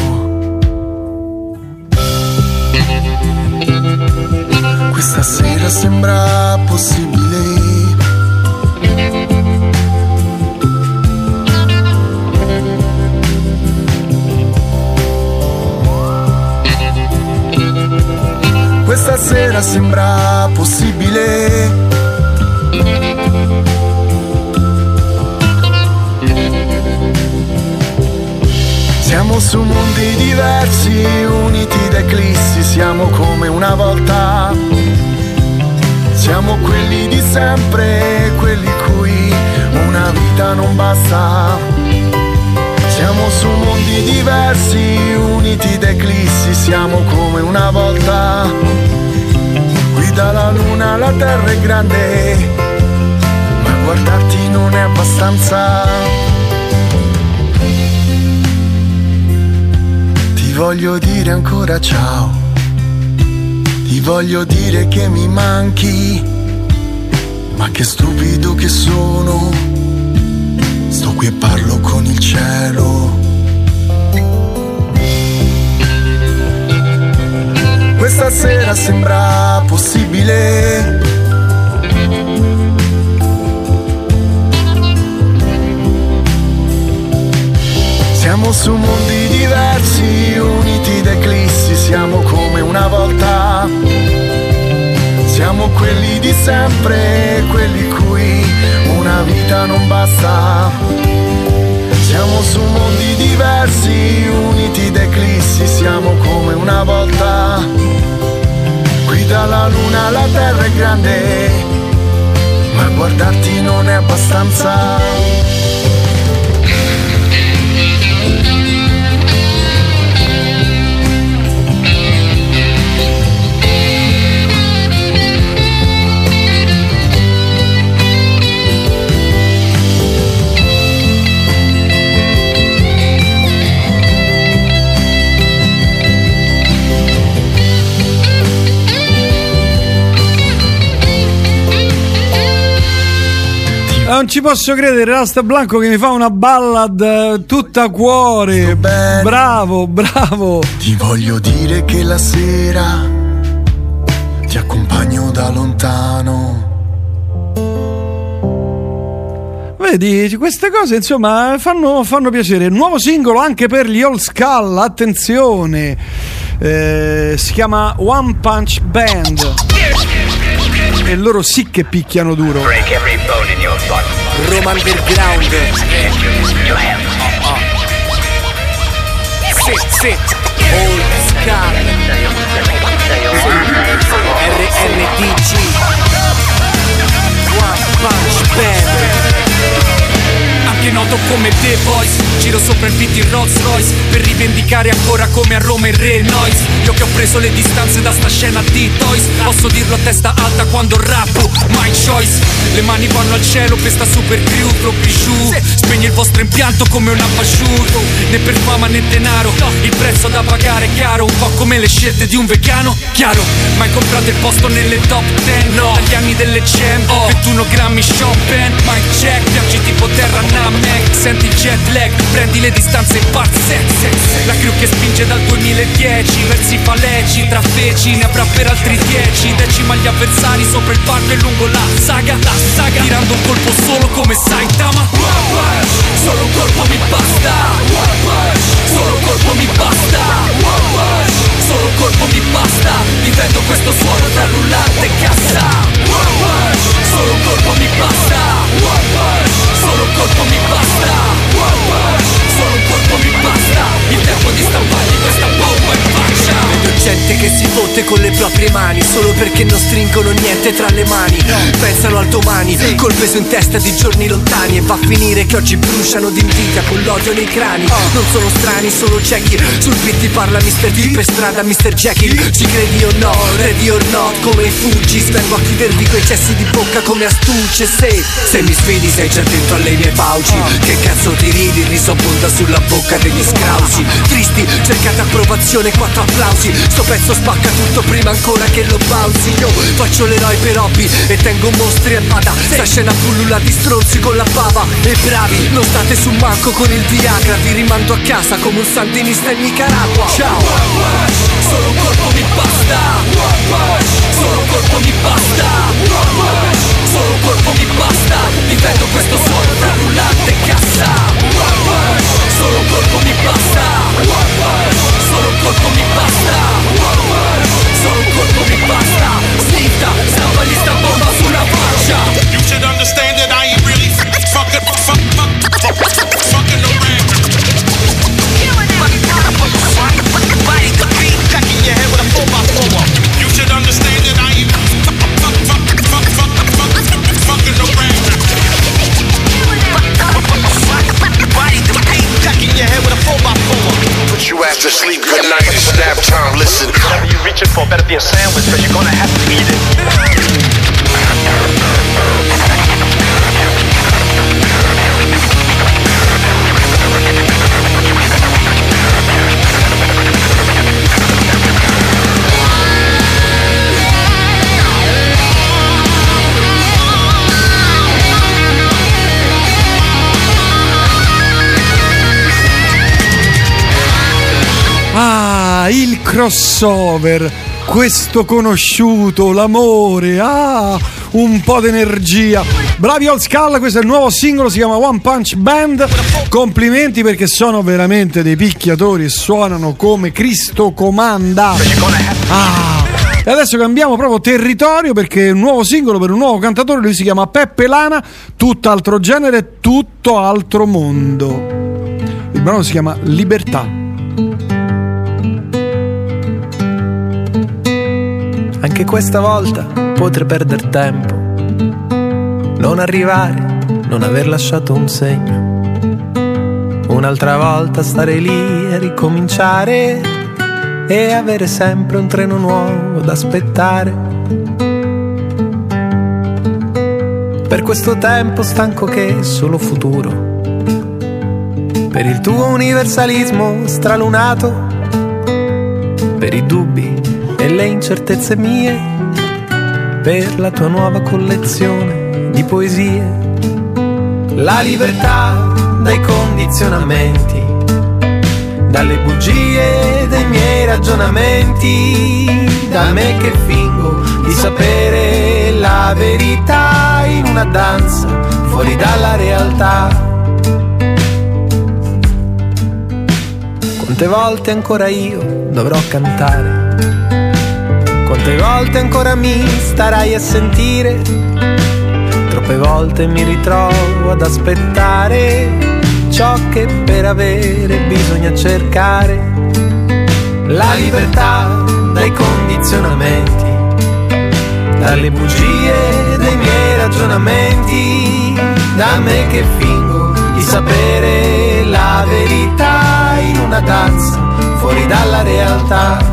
Questa sera sembra possibile, questa sera sembra possibile. Siamo su mondi diversi, uniti da eclissi, siamo come una volta. Siamo quelli di sempre, quelli cui una vita non basta. Siamo su mondi diversi, uniti da eclissi, siamo come una volta. Qui dalla luna la terra è grande, ma guardarti non è abbastanza. Ti voglio dire ancora ciao, ti voglio dire che mi manchi, ma che stupido che sono, sto qui e parlo con il cielo. Questa sera sembra possibile, siamo su mondi diversi, uniti da eclissi, siamo come una volta. Siamo quelli di sempre, quelli cui una vita non basta. Siamo su mondi diversi, uniti da eclissi, siamo come una volta. Qui dalla luna la terra è grande, ma guardarti non è abbastanza. ci posso credere, Rasta Blanco che mi fa una ballad tutta a cuore. Bravo, bravo. Ti voglio dire che la sera ti accompagno da lontano. Vedi, queste cose insomma fanno, fanno piacere. Nuovo singolo anche per gli Old Skull, attenzione, eh, si chiama One Punch Band e loro sì che picchiano duro. Roma Underground. Sit, sit, Old Skull. R N D G. One Punch Band. Anche noto come The Voice, giro sopra il beat in Rolls Royce per rivendicare ancora come a Roma il Re Noise. Io che ho preso le distanze da sta scena di Toys, posso dirlo a testa alta quando rappo, my choice. Le mani vanno al cielo per sta super crew, troppi giù. Spegne il vostro impianto come un abasciuto. Né per fama né denaro, il prezzo da pagare è caro. Un po' come le scelte di un vegano, chiaro. Mai comprato il posto nelle top ten, no. Dagli anni delle cento, oh. ventuno grammi champagne, mic check, viaggi tipo terra Namek. Senti il jet lag, prendi le distanze in part set. La crew che spinge dal duemiladieci, versi faleci, tra feci, ne avrà per altri dieci. Decima gli avversari sopra il palco e lungo la saga, la saga, tirando un colpo solo come Saitama. Solo un colpo mi basta, solo un colpo mi basta, solo un colpo mi basta. Difendo questo suono tra rullante e cassa. Solo un colpo mi basta, solo un colpo mi basta, solo un colpo mi basta. Il tempo di stampargli questa bomba in faccia. Vedo gente che si fotte con le proprie mani solo perché non stringono niente tra le mani. Pensano al domani col peso in testa di giorni lontani. E va a finire che oggi bruciano d'invidia con l'odio nei crani. Non sono strani, sono ciechi. Sul beat ti parla mister D, per strada mister Jekyll. Ci credi o no, ready or not, come i Fugis. Vengo a chiudervi quei cessi di bocca come astucce. Se, se mi sfidi sei già dentro alle mie fauci. Che cazzo ti ridi, riso abbonda sulla bocca degli scrausi. Tristi, cercate approvazione, quattro applausi. Sto pezzo spacca tutto prima ancora che lo bouncy. Io faccio l'eroe per hobby e tengo mostri a bada. Sta scena pullula di stronzi con la bava. E bravi, non state su manco con il Viagra. Vi rimando a casa come un sandinista in Nicaragua. Ciao. Solo un colpo mi basta, solo un colpo mi basta, solo un colpo mi basta. Difendo questo suono tra rullante e cassa. Solo un colpo mi basta, solo un colpo mi basta, solo un colpo mi basta. Snitta, stampagli sta bomba sulla faccia. You should understand that I ain't really fucking fuck, fuck, fuck, fucking around. Body the beat, cracking your head with a four by four. You should understand that I ain't fuck, fuck, fuck, fuck, fuck, fuck, fucking around. Body the beat, cracking your head with a four by four. Put you ass to sleep, good night, it's nap time, listen. Whatever you're reaching for better be a sandwich, cause you're gonna have to eat it. Ah, il crossover, questo conosciuto, l'amore, ah, un po' d'energia. Bravi Old Skull, questo è il nuovo singolo, si chiama One Punch Band. Complimenti perché sono veramente dei picchiatori e suonano come Cristo comanda. Ah, e adesso cambiamo proprio territorio perché è un nuovo singolo per un nuovo cantatore, lui si chiama Peppe Lana, tutt'altro genere, tutto altro mondo. Il brano si chiama Libertà. Anche questa volta potrei perdere tempo, non arrivare, non aver lasciato un segno. Un'altra volta stare lì e ricominciare e avere sempre un treno nuovo da aspettare. Per questo tempo stanco che è solo futuro, per il tuo universalismo stralunato, per i dubbi e le incertezze mie, per la tua nuova collezione di poesie. La libertà dai condizionamenti, dalle bugie dei miei ragionamenti, da me che fingo di sapere la verità in una danza fuori dalla realtà. Quante volte ancora io dovrò cantare? Quante volte ancora mi starai a sentire? Troppe volte mi ritrovo ad aspettare ciò che per avere bisogna cercare. La libertà dai condizionamenti, dalle bugie dei miei ragionamenti, da me che fingo di sapere la verità in una danza fuori dalla realtà.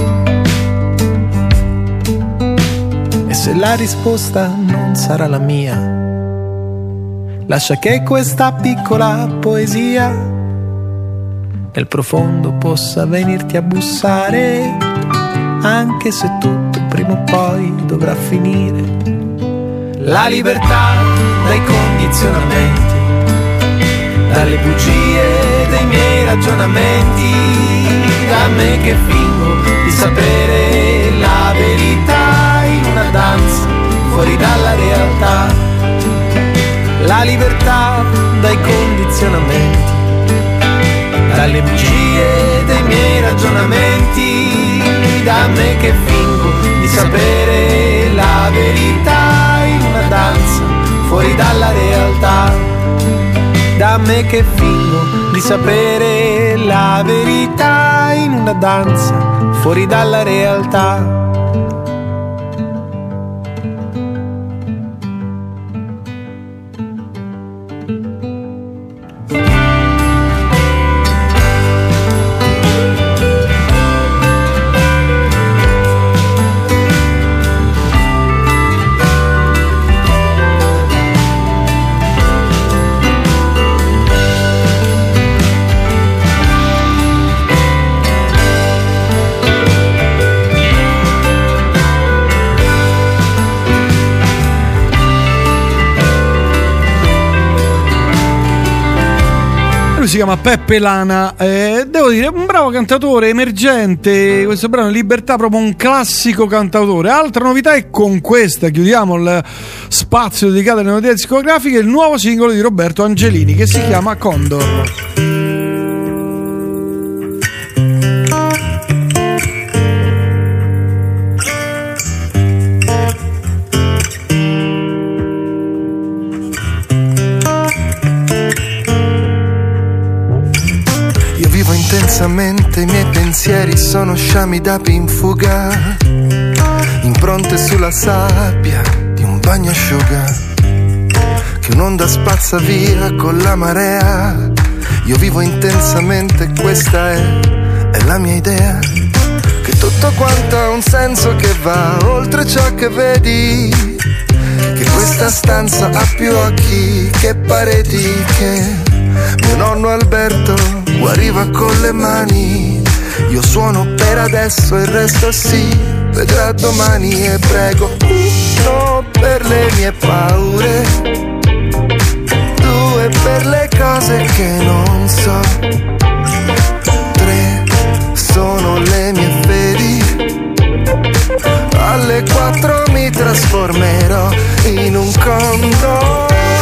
E se la risposta non sarà la mia, lascia che questa piccola poesia nel profondo possa venirti a bussare, anche se tutto prima o poi dovrà finire. La libertà dai condizionamenti, dalle bugie dei miei ragionamenti, da me che fingo di sapere la verità in una danza fuori dalla realtà. La libertà dai condizionamenti, dalle bugie dei miei ragionamenti, da me che fingo di sapere la verità in una danza fuori dalla realtà. Da me che fingo di sapere la verità in una danza fuori dalla realtà. Si chiama Peppe Lana, eh, devo dire un bravo cantautore emergente. Questo brano Libertà, proprio un classico cantautore. Altra novità, e con questa chiudiamo il spazio dedicato alle notizie discografiche, il nuovo singolo di Roberto Angelini che si chiama Condor. Intensamente i miei pensieri sono sciami d'api in fuga, impronte sulla sabbia di un bagnasciuga che un'onda spazza via con la marea. Io vivo intensamente, questa è, è la mia idea, che tutto quanto ha un senso che va oltre ciò che vedi, che questa stanza ha più occhi che pareti, che mio nonno Alberto guariva con le mani. Io suono per adesso, il resto si vedrà domani. E prego, uno per le mie paure, due per le cose che non so, tre sono le mie fedi, alle quattro mi trasformerò in un condor.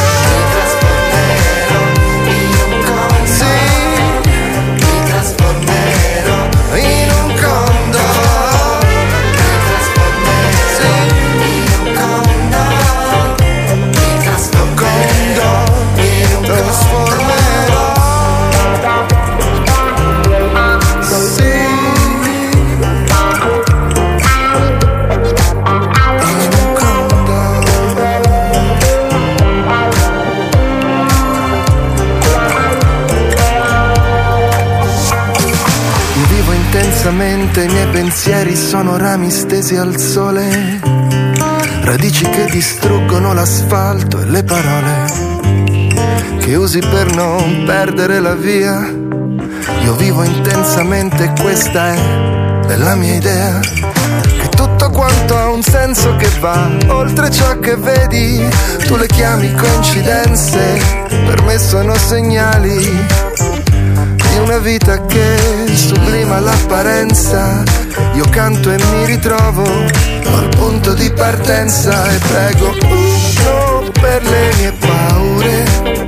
I miei pensieri sono rami stesi al sole, radici che distruggono l'asfalto e le parole che usi per non perdere la via. Io vivo intensamente, questa è, è la mia idea, che tutto tutto quanto ha un senso che va oltre ciò che vedi. Tu le chiami coincidenze, per me sono segnali di una vita che sublima l'apparenza. Io canto e mi ritrovo al punto di partenza e prego uno per le mie paure,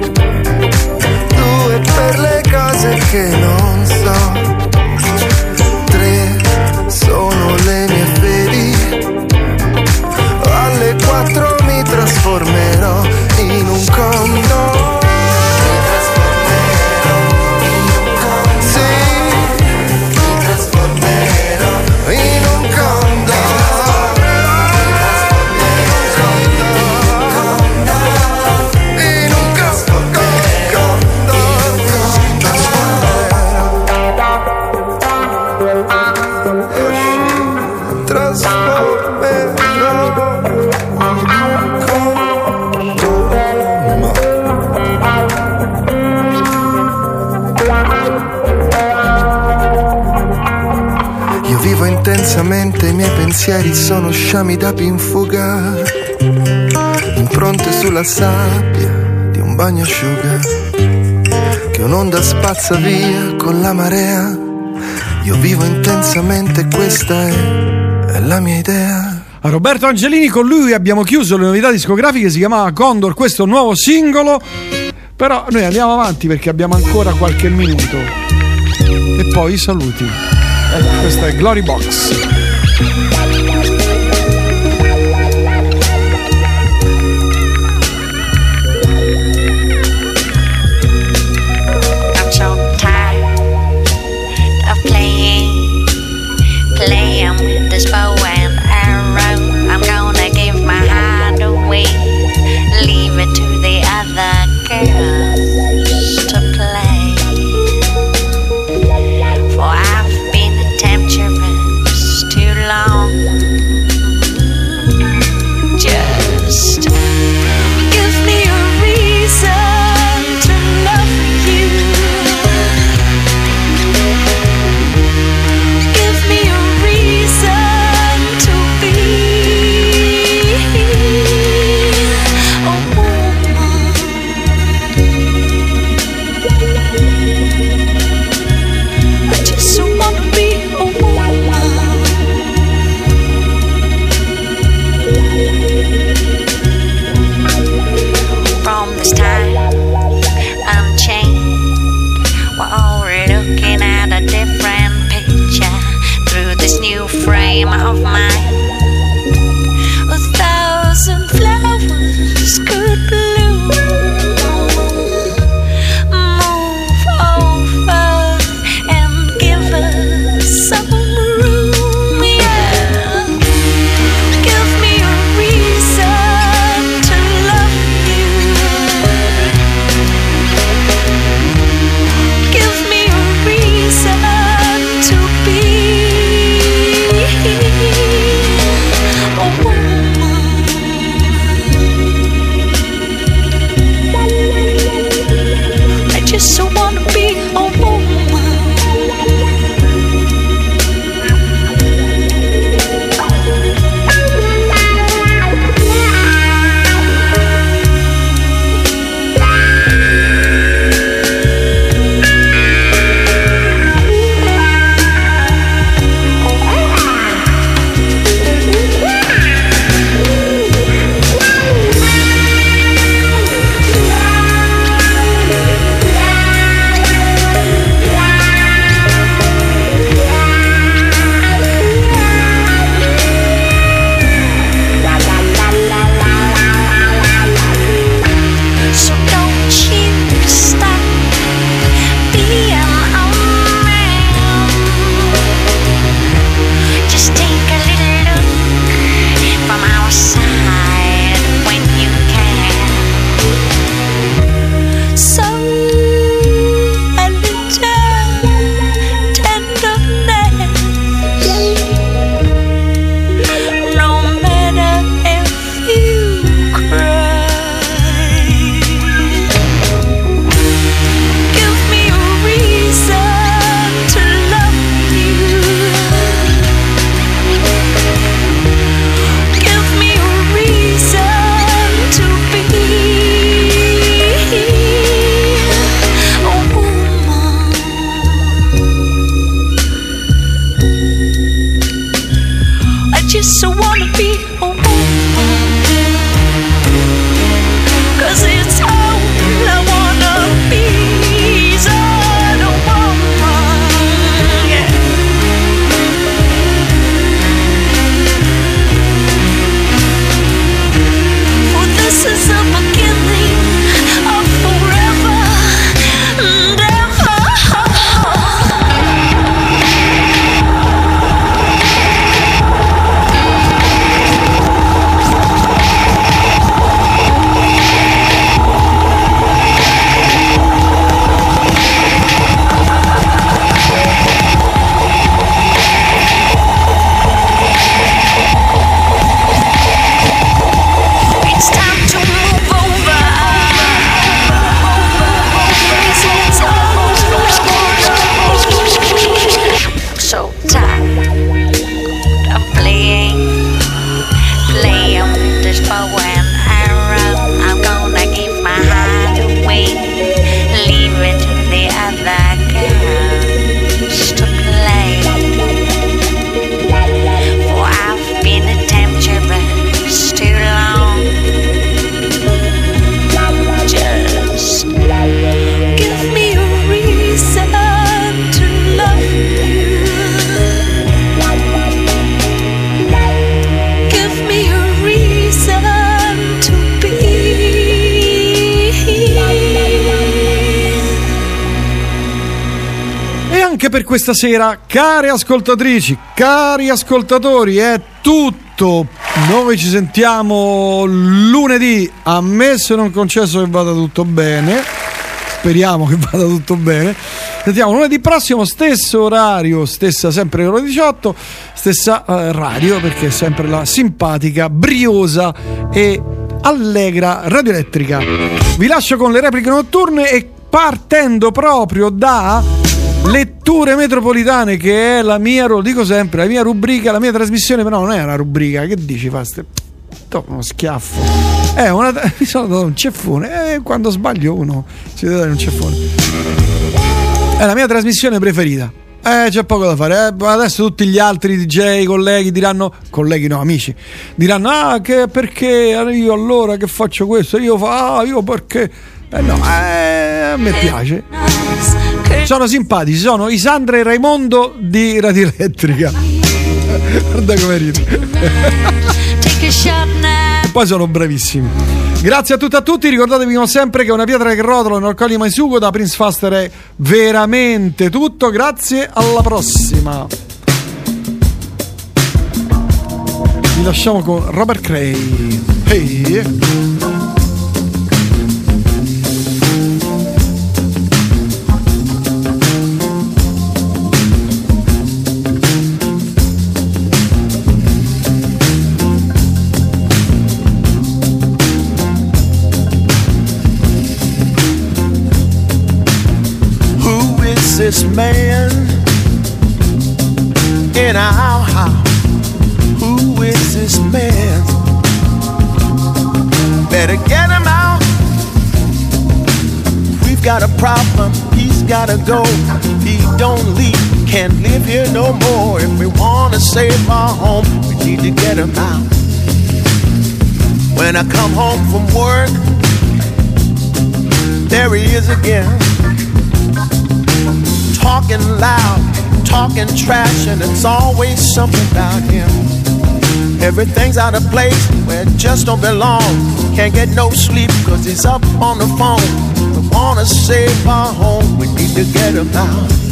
due per le cose che non so, tre sono le mie fedi. Alle quattro mi trasformerò in un condor. Intensamente i miei pensieri sono sciami d'api in fuga, impronte sulla sabbia di un bagnasciuga che un'onda spazza via con la marea. Io vivo intensamente, questa è, è la mia idea. A Roberto Angelini, con lui abbiamo chiuso le novità discografiche, si chiamava Condor, questo nuovo singolo. Però noi andiamo avanti perché abbiamo ancora qualche minuto e poi i saluti. Ecco, questa è Glory Box. I'm so tired of playing, playing with this bow and arrow. I'm gonna give my heart away, leave it to the other girls to play. For I've temptress too long. Just give me a reason to love you. Give me a reason per questa sera, care ascoltatrici, cari ascoltatori, è tutto. Noi ci sentiamo lunedì, ammesso e non concesso che vada tutto bene. Speriamo che vada tutto bene. Sentiamo lunedì prossimo, stesso orario, stessa sempre ore diciotto, stessa eh, radio, perché è sempre la simpatica, briosa e allegra Radio Elettrica. Vi lascio con le repliche notturne e partendo proprio da Letture Metropolitane, che è la mia, lo dico sempre, la mia rubrica, la mia trasmissione, però non è una rubrica, che dici Faster? Uno schiaffo, è una, mi sono dato un ceffone e quando sbaglio uno si deve dare un ceffone. È la mia trasmissione preferita. Eh, c'è poco da fare. Eh, adesso tutti gli altri D J, colleghi diranno, colleghi no, amici, diranno ah, che perché io allora che faccio questo? Io fa, ah, io perché? Eh no, eh, a me piace. Sono simpatici, sono i Sandra e Raimondo di Radio Elettrica. Guarda come ride. E poi sono bravissimi. Grazie a tutti a tutti. Ricordatevi come sempre che una pietra che rotola non raccoglie mai sugo. Da Prince Faster è veramente tutto. Grazie, alla prossima. Vi lasciamo con Robert Cray. Hey. This man in our house, who is this man? Better get him out. We've got a problem, he's gotta go. He don't leave, can't live here no more. If we wanna save our home, we need to get him out. When I come home from work, there he is again. Talking loud, talking trash, and it's always something about him. Everything's out of place where it just don't belong. Can't get no sleep cause he's up on the phone. We wanna save our home, we need to get him out.